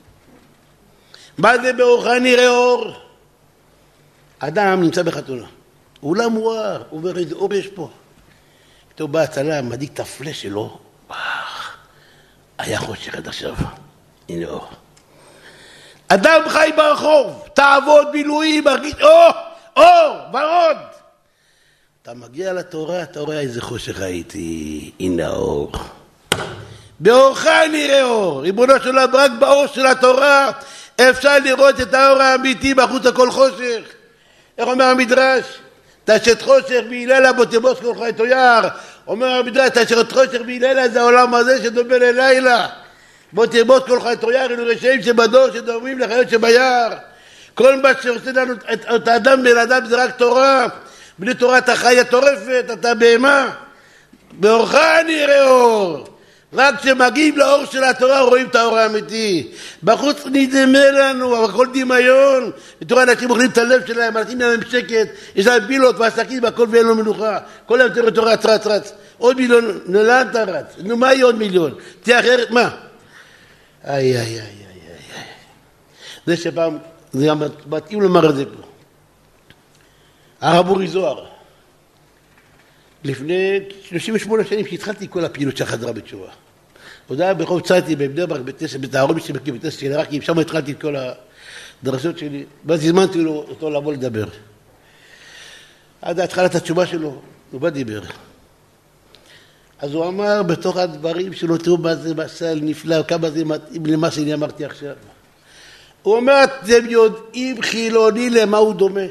Speaker 1: מה זה באורך נראה אור? אדם נמצא בחתונה. אולם מואר, הוא אומר איזה אור יש פה. פתאום בא הצלם, מדליק את הפלאש שלו. היה חושך עד עכשיו. הנה אור. אדם חי ברחוב, תעבוד בילויים, מרגיש אור, ורוד. אתה מגיע לתורה, אתה רואה איזה חושך הייתי, הנה האור. באורך נראה אור. ריבונו של עולם, רק באור של התורה אפשר לראות את האור האמיתי בחוץ הכל חושך. איך אומר המדרש? תשת חושך בהילילה בו תרבוץ כל חי תויר. אומר המדרש, תשת חושך בהילילה זה העולם הזה שדומה ללילה. בו תרבוץ כל חי תויר, אלו רשעים שבדור שדומים לחיות שביער. כל מה שעושה לנו את האדם בן אדם זה רק תורה. בלי תורה אתה חי הטורפת, אתה בהמה. באורך נראה אור. רק כשמגיעים לאור של התורה רואים את האור האמיתי. בחוץ נדמה לנו, אבל כל דמיון. בתורה אנשים אוכלים את הלב שלהם, אנשים להם שקט, יש להם בילות ועסקים והכל ואין לו מנוחה. כל היום תראה תורה רץ. עוד מיליון, לאן אתה רץ? נו, מה יהיה עוד מיליון? תהיה אחרת, מה? איי. זה שפעם, זה גם מתאים לומר את זה פה. הרב אורי זוהר. לפני 38 שנים שהתחלתי כל הפעילות של החזרה בתשובה. עוד היה ברחוב צייטי, בבני ברק, בתערום שמקים בטסט של ערקים, שם התחלתי את כל הדרשות שלי, ואז הזמנתי אותו לבוא לדבר. עד התחלת התשובה שלו, הוא בא דיבר. אז הוא אמר בתוך הדברים שלו, תראו מה זה מסל נפלא, כמה זה מתאים למה שאני אמרתי עכשיו. הוא אומר, אתם יודעים חילוני למה הוא דומה.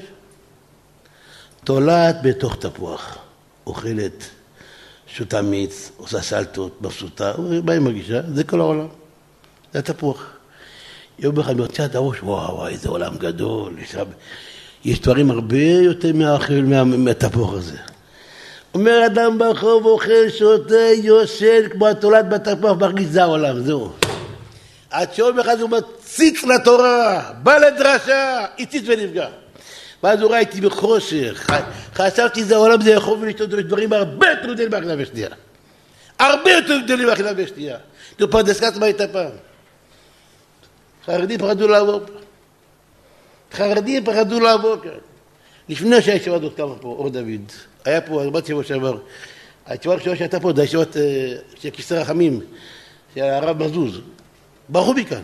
Speaker 1: תולעת בתוך תפוח. אוכלת, שותה מיץ, עושה סלטות, מבסוטה, מה היא מרגישה? זה כל העולם. זה התפוח. יום אחד מרצה את הראש, וואו, איזה עולם גדול. יש דברים הרבה יותר מהתפוח הזה. אומר אדם ברחוב, אוכל, שותה, יושן, כמו התולעת בתפוח, מרגיש זה העולם, זהו. עד שיום אחד הוא מציץ לתורה, בא לדרשה, הציץ ונפגע. ואז הוא ראה איתי בחושך, חשבתי זה העולם זה יכול ולשתות דברים הרבה יותר גדולים באכילה ושתייה. הרבה יותר גדולים באכילה ושתייה. תראו פרדסקת מה הייתה פעם? חרדים פחדו לעבור פה. חרדים פחדו לעבור כאן. לפני שהישיבה הזאת קמה פה, אור דוד, היה פה, אמרתי שבוע שעבר, הישיבה הראשונה שהייתה פה, זה הישיבת של כיסא רחמים, של הרב מזוז. ברחו מכאן.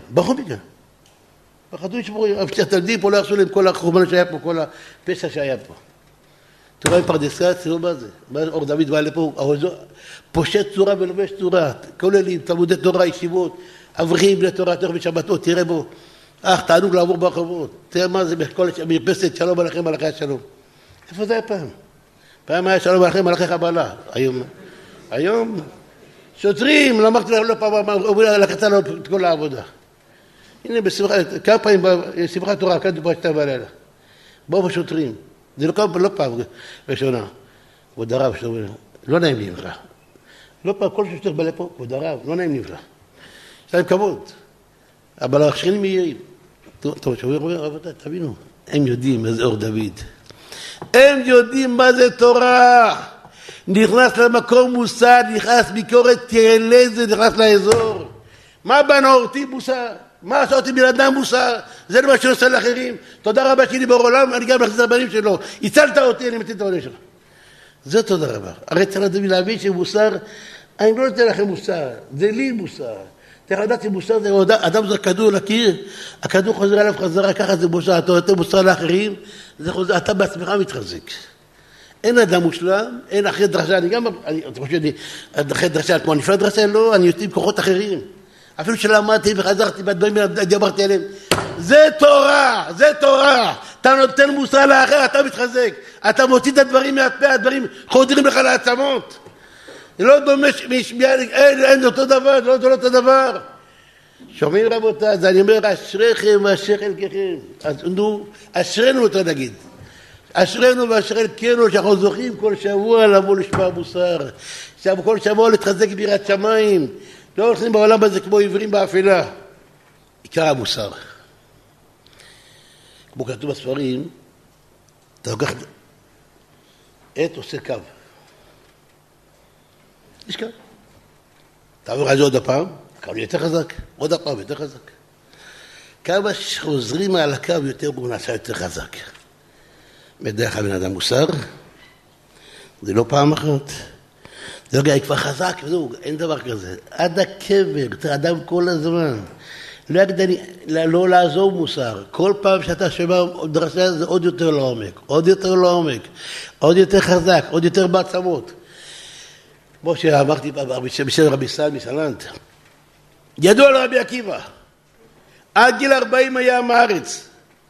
Speaker 1: פחדו לשמור, התלמידים פה לא יחשו להם כל החורבן שהיה פה, כל הפשע שהיה פה. תורה עם פרדסקת, תראו מה זה. אור דוד בא לפה, פושט צורה ולובש צורה, כוללים, תלמודי תורה, ישיבות, אברכים בני תורה, תורה ושבתות, תראה בו. תענוג לעבור ברחובות. תראה מה זה, בכל מרפסת, שלום עליכם מלאכי השלום. איפה זה היה פעם? פעם היה שלום עליכם מלאכי חבלה. היום שוטרים, לא אמרתי לא פעם, לקחת לו את כל העבודה. הנה כמה פעמים בשמחת תורה, כאן דובר שתה בלילה. באו בשוטרים. זה לא פעם ראשונה. כבוד הרב, לא נעים לי ממך. לא פעם, כל שוטר בא לפה, כבוד הרב, לא נעים לי ממך. יש להם כבוד. אבל השכנים מהירים. טוב, שאומרים, רבותיי, תבינו. הם יודעים מה זה אור דוד. הם יודעים מה זה תורה. נכנס למקום מוסד, נכנס ביקורת תרלזת, נכנס לאזור. מה בנורתי מוסד? מה עשה אותי בן אדם מוסר? זה לא מה שעושה לאחרים. תודה רבה שלי באור עולם, אני גם מחזיר הבנים שלו. הצלת אותי, אני מתאים את העולם שלך. זה תודה רבה. הרי צריך לדעת להבין שמוסר, אני לא נותן לכם מוסר, זה לי מוסר. צריך לדעת שמוסר זה אדם זה כדור לקיר, הכדור חוזר עליו חזרה, ככה זה מוסר, אתה נותן מוסר לאחרים, אתה בעצמך מתחזק. אין אדם מושלם, אין אחרי דרשה, אחרי דרשה, כמו נפלא דרשה, לא, אני יוצא עם כוחות אחרים. אפילו שלמדתי וחזרתי בדברים, דיברתי עליהם. זה תורה, זה תורה. אתה נותן מוסר לאחר, אתה מתחזק. אתה מוציא את הדברים מהפה, הדברים חודרים לך לעצמות. זה לא דומה, אין אותו דבר, זה לא אותו דבר. שומעים רבותיי, אז אני אומר, אשריכם ואשר חלקכם. אז נו, אשרנו אותו נגיד. אשרנו ואשר חלקנו, שאנחנו זוכים כל שבוע לבוא לשמוע מוסר. כל שבוע להתחזק ביראת שמיים. לא הולכים בעולם הזה כמו עיוורים באפלה. עיקר המוסר. כמו כתוב בספרים, אתה לוקח עת עושה קו. יש קו. תעבור על זה עוד הפעם, הקו יותר חזק, עוד הפעם יותר חזק. כמה שחוזרים על הקו יותר הוא נעשה יותר חזק. בדרך הבן אדם מוסר, זה לא פעם אחת. זה רגע, כבר חזק, וזהו, אין דבר כזה. עד הקבר, אדם כל הזמן. לא לעזור מוסר. כל פעם שאתה שומע דרשה זה עוד יותר לעומק, עוד יותר לעומק, עוד יותר חזק, עוד יותר בעצמות. כמו שאמרתי בשם רבי סל מסלנט. ידוע לרבי עקיבא, עד גיל 40 היה מארץ.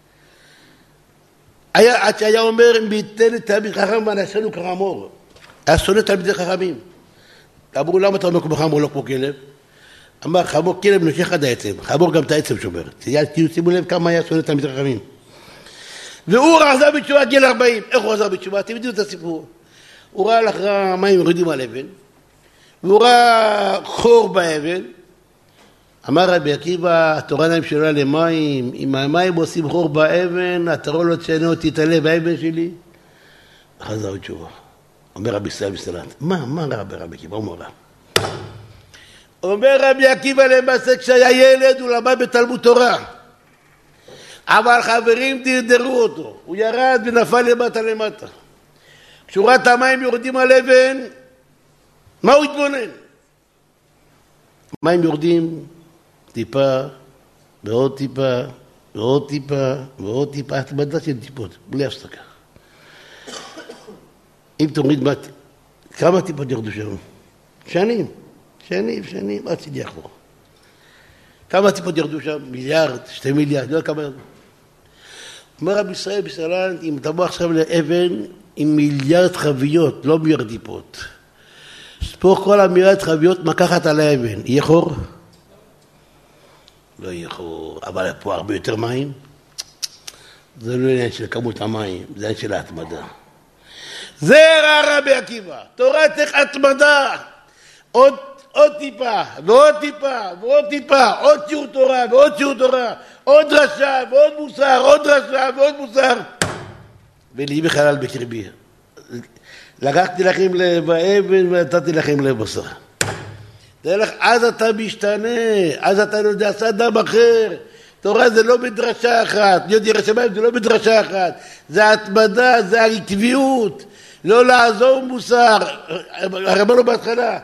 Speaker 1: עד שהיה אומר, ביתן את תלמיד חכם ואנשינו כחמור. היה שונא תלמידי חכמים. אמרו, למה אתה אומר כמו חמור, לא כמו כלב? אמר, חמור כלב נושך עד העצם, חמור גם את העצם שומר. שימו לב כמה היה שונא תלמידי חכמים. והוא עזב בתשובה גיל 40. איך הוא עזב בתשובה? אתם יודעים את הסיפור. הוא ראה לאחר מים יורדים על אבן, והוא ראה חור באבן. אמר רבי עקיבא, התורה נעים שלו למים, אם המים עושים חור באבן, התורה לא תשנה אותי, תעלה באבן שלי. חזר בתשובה. אומר רבי סל מסלנט, מה רע ברבי עקיבא? מה רע? אומר רבי עקיבא למעשה, כשהיה ילד הוא למד בתלמוד תורה. אבל חברים דרדרו אותו. הוא ירד ונפל למטה. כשהוא ראה את המים יורדים על אבן, מה הוא התבונן? מים יורדים טיפה, ועוד טיפה, ועוד טיפה, ועוד טיפה, התמדה של טיפות, בלי הפסקה. אם תוריד כמה טיפות ירדו שם? שנים, עד צידי אחור. כמה טיפות ירדו שם? מיליארד, 2 מיליארד, לא כמה ירדו. אומר רבי ישראל בסלנט, אם תבוא עכשיו לאבן עם מיליארד חביות, לא מיליארד טיפות. ספור כל המיליארד חביות מקחת על האבן. יהיה חור? לא יהיה חור. אבל פה הרבה יותר מים. זה לא עניין של כמות המים, זה עניין של ההתמדה. זה רבי עקיבא. תורתך התמדה. עוד טיפה, ועוד טיפה, ועוד טיפה, עוד שיעור תורה, ועוד שיעור תורה, עוד דרשה, ועוד מוסר, עוד דרשה, ועוד מוסר. ולי בחלל בקרבי. לקחתי לכם לב האבן ונתתי לכם לב בשר. אז אתה משתנה, אז אתה לא יודע, עשה אדם אחר. תורה זה לא בדרשה אחת, להיות ירא שמיים זה לא בדרשה אחת. זה התמדה, זה העקביות, לא לעזור מוסר. אמרנו בהתחלה,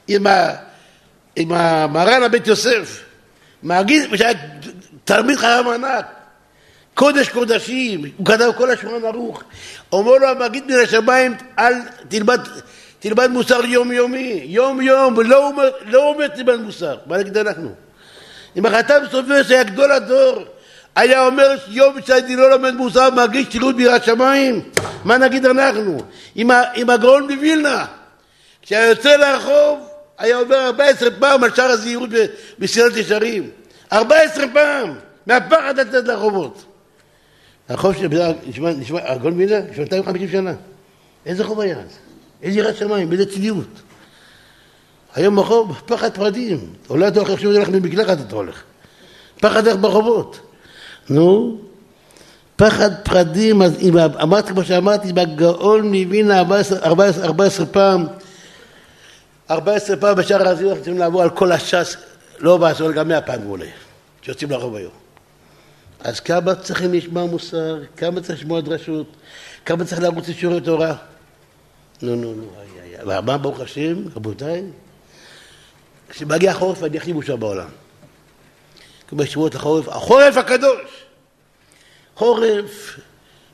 Speaker 1: עם המרן הבית יוסף, מרגיש שהיה תלמיד חכם ענק, קודש קודשים, הוא כתב כל השולחן ערוך, אומר לו המגיד מן השמיים, תלמד מוסר יום-יומי, יום-יום, לא אומר תלמד מוסר. מה נגיד אנחנו? אם החתם סופר שהיה גדול הדור, היה אומר יום שאני לא לומד מוסר, מרגיש תירות ביראת שמיים, מה נגיד אנחנו? עם הגאון בווילנה, כשהיה יוצא לרחוב, היה אומר 14 פעם על שער הזהירות בסילת ישרים. 14 פעם, מהפחד לצאת לרחובות. הרחוב נשמע, הגאון בווילנה, 250 שנה. איזה חוב היה אז? איזה יראת שמיים, באיזה צניעות. היום רחוב, פחד פרדים. אולי אתה הולך עכשיו לך ממקלחת אתה הולך. פחד איך ברחובות. נו, פחד פרדים, אז אמרתי כמו שאמרתי, בגאון מווילנה 14 פעם, 14 פעם בשער הזהירות רוצים לעבור על כל הש"ס, לא בעשור, גם 100 פעם אולי, שיוצאים לרחוב היום. אז כמה צריכים לשמוע מוסר, כמה צריך לשמוע דרשות, כמה צריך לרוץ לשיעורי תורה. נו, ומה ברוך השם, רבותיי? כשמגיע החורף אני הכי מאושר בעולם. כמו שבועות החורף, החורף הקדוש. חורף,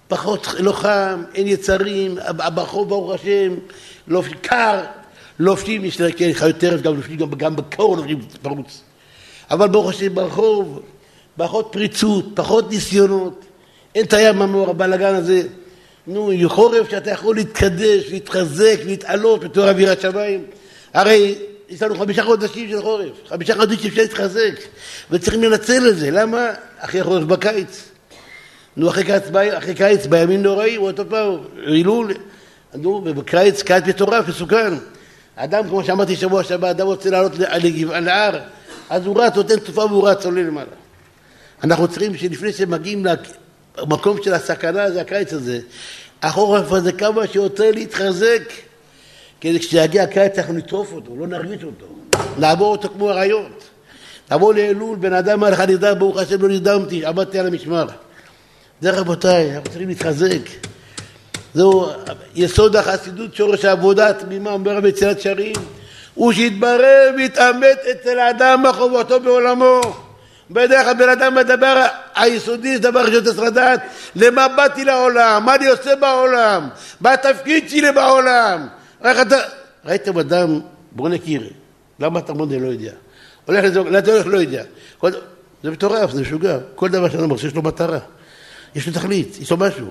Speaker 1: פחות, לא חם, אין יצרים, ברחוב ברוך השם, לא קר, לובשים, יש לה חיות טרף, גם לובשים, גם בקור לובשים פרוץ. אבל ברוך השם ברחוב, פחות פריצות, פחות ניסיונות, אין תייר ממור, הבלגן הזה. נו, חורף שאתה יכול להתקדש, להתחזק, להתעלות בתור אווירת שמיים. הרי יש לנו 5 חודשים של חורף, 5 חודשים שאפשר להתחזק, וצריכים לנצל את זה. למה? אחרי חורף בקיץ. נו, אחרי קיץ, בימים נוראים, הוא אותו פעם, אילול, נו, ובקיץ, קיץ מטורף, מסוכן. אדם, כמו שאמרתי שבוע שבא, אדם רוצה לעלות להר, אז הוא רץ, נותן תופעה והוא רץ, עולה למעלה. אנחנו צריכים שלפני שמגיעים למקום של הסכנה, זה הקיץ הזה, החורף הזה כמה שיותר להתחזק, כדי כשיגיע הקיץ אנחנו נטרוף אותו, לא נרגיש אותו, נעבור אותו כמו הרעיות. נעבור לאלול, בן אדם הלך נרדם, ברוך השם לא נרדמתי, עמדתי על המשמר. זה רבותיי, אנחנו צריכים להתחזק. זהו יסוד החסידות, שורש העבודה התמימה, אומר מצילת שרים, הוא שיתברר ויתאמת אצל האדם מחובתו בעולמו. בדרך הבן אדם מדבר, היסודי זה דבר ראשון צריך לדעת, למה באתי לעולם, מה אני עושה בעולם, מה התפקיד שלי בעולם. ראיתם אדם, בוא נכיר, למה אתה מודה לא יודע, הולך לזה, לא יודע, זה מטורף, זה משוגע, כל דבר שאדם עושה יש לו מטרה, יש לו תכלית, יש לו משהו.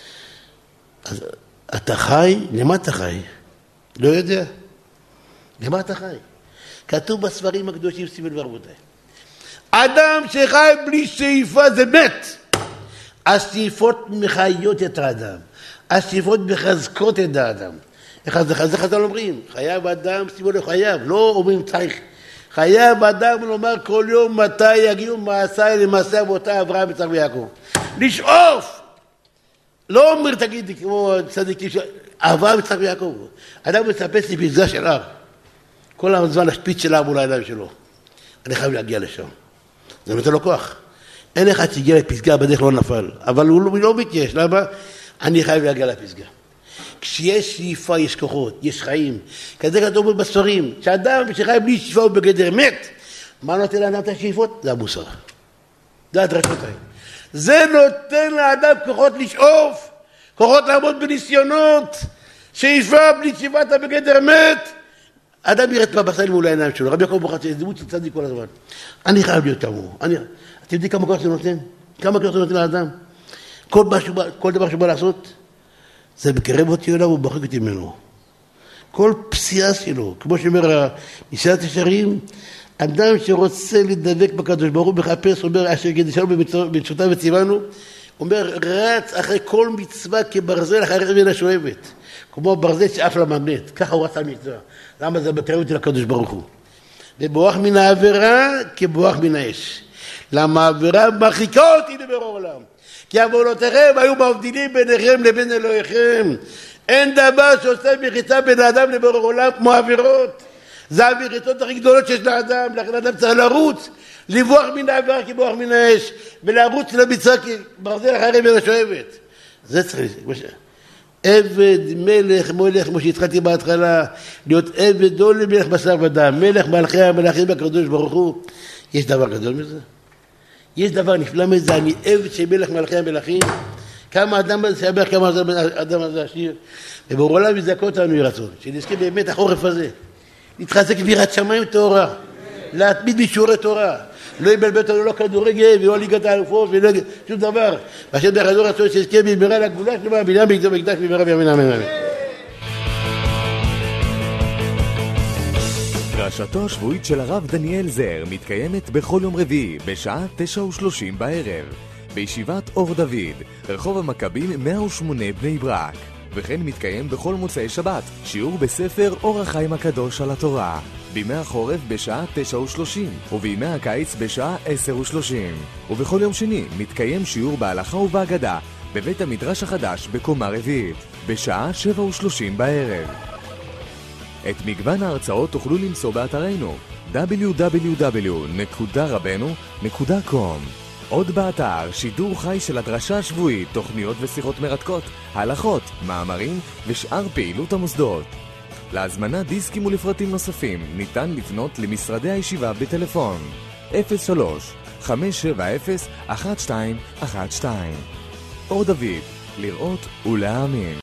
Speaker 1: אז אתה חי, למה אתה חי? לא יודע. למה אתה חי? כתוב בספרים הקדושים, סימן ורבותיי. אדם שחי בלי שאיפה זה מת. השאיפות מחיות את האדם. השאיפות מחזקות את האדם. איך זה חז"ל אומרים? חייב אדם, סימן לא חייב. לא אומרים צריך. חייב אדם לומר כל יום מתי יגיעו מעשיי למעשה אבותיי אברהם יצחק ויעקב. לשאוף! לא אומר תגידי כמו צדיקים, אברהם יצחק ויעקב. אדם מצפש לפסגה של הר. כל הזמן השפיץ של הר מול העיניים שלו. אני חייב להגיע לשם. זה נותן לו כוח. אין אחד שהגיע לפסגה בדרך לא נפל. אבל הוא לא מתייש. למה? אני חייב להגיע לפסגה. כשיש שאיפה יש כוחות, יש חיים. כזה כתוב בספרים, שאדם שחי בלי שאיפה הוא בגדר מת. מה נותן לאדם את השאיפות? זה המוסר. זה הדרשות האלה. זה נותן לאדם כוחות לשאוף, כוחות לעמוד בניסיונות, שאיפה בלי שאיפה אתה בגדר מת. אדם יראה את מבטל מול העיניים שלו, רבי יעקב ברוך זה דמות של צדיק כל הזמן. אני חייב להיות כמוהו. אתם יודעים כמה כוח זה נותן? כמה כוח זה נותן לאדם? כל דבר שהוא בא לעשות, זה מקרב אותי אליו ובחק אותי ממנו. כל פסיעה שלו, כמו שאומר מסילת ישרים, אדם שרוצה לדבק בקדוש ברוך הוא מחפש, אומר אשר ישרנו במצוותיו וציוונו, אומר רץ אחרי כל מצווה כברזל אחרי אבן השואבת, כמו ברזל שעף למגנט, ככה הוא רץ על מצווה. למה זה מקרב אותי לקדוש ברוך הוא? ובורח מן העבירה כבורח מן האש. למה העבירה מרחיקה אותי לבורא עולם. כי עוונותיכם היו מבדילים ביניכם לבין אלוהיכם. אין דבר שעושה מחיצה בין האדם לבורא עולם כמו עבירות. זה המחיצות הכי גדולות שיש לאדם. לכן האדם צריך לרוץ, לברוח מן העבירה כבורח מן האש, ולרוץ למצווה כברזל אחרי אבן השואבת. זה צריך להיות. עבד, מלך, מולך, כמו שהתחלתי בהתחלה, להיות עבד דול למלך בשר ודם, מלך מלכי המלכים הקדוש ברוך הוא. יש דבר גדול מזה? יש דבר נפלא מזה, אני עבד של מלך מלכי המלכים, כמה אדם הזה שמח, כמה אדם הזה עשיר, ובעולם יזכה אותנו ירצון, שנזכה באמת החורף הזה, להתחזק ביראת שמיים תורה, להתמיד בשיעורי תורה, לא יבלבל אותנו לא כדורגל ולא ליגת האלופות ולא שום דבר. והשם דרך רצון שיזכה במהרה לגאולה שלמה, בניין בגדול מקדש במהרה בימינו אמן.
Speaker 2: דרשתו השבועית של הרב דניאל זר מתקיימת בכל יום רביעי בשעה 9:30 בערב בישיבת אור דוד, רחוב המכבים 108 בני ברק. וכן מתקיים בכל מוצאי שבת שיעור בספר אור החיים הקדוש על התורה, בימי החורף בשעה 9:30 ובימי הקיץ בשעה 10:30. ובכל יום שני מתקיים שיעור בהלכה ובהגדה בבית המדרש החדש בקומה רביעית בשעה 7:30 בערב. את מגוון ההרצאות תוכלו למצוא באתרנו www.rabenu.com. עוד באתר שידור חי של הדרשה השבועית, תוכניות ושיחות מרתקות, הלכות, מאמרים ושאר פעילות המוסדות. להזמנת דיסקים ולפרטים נוספים ניתן לפנות למשרדי הישיבה בטלפון 03-570-1212. אור דוד, לראות ולהאמין.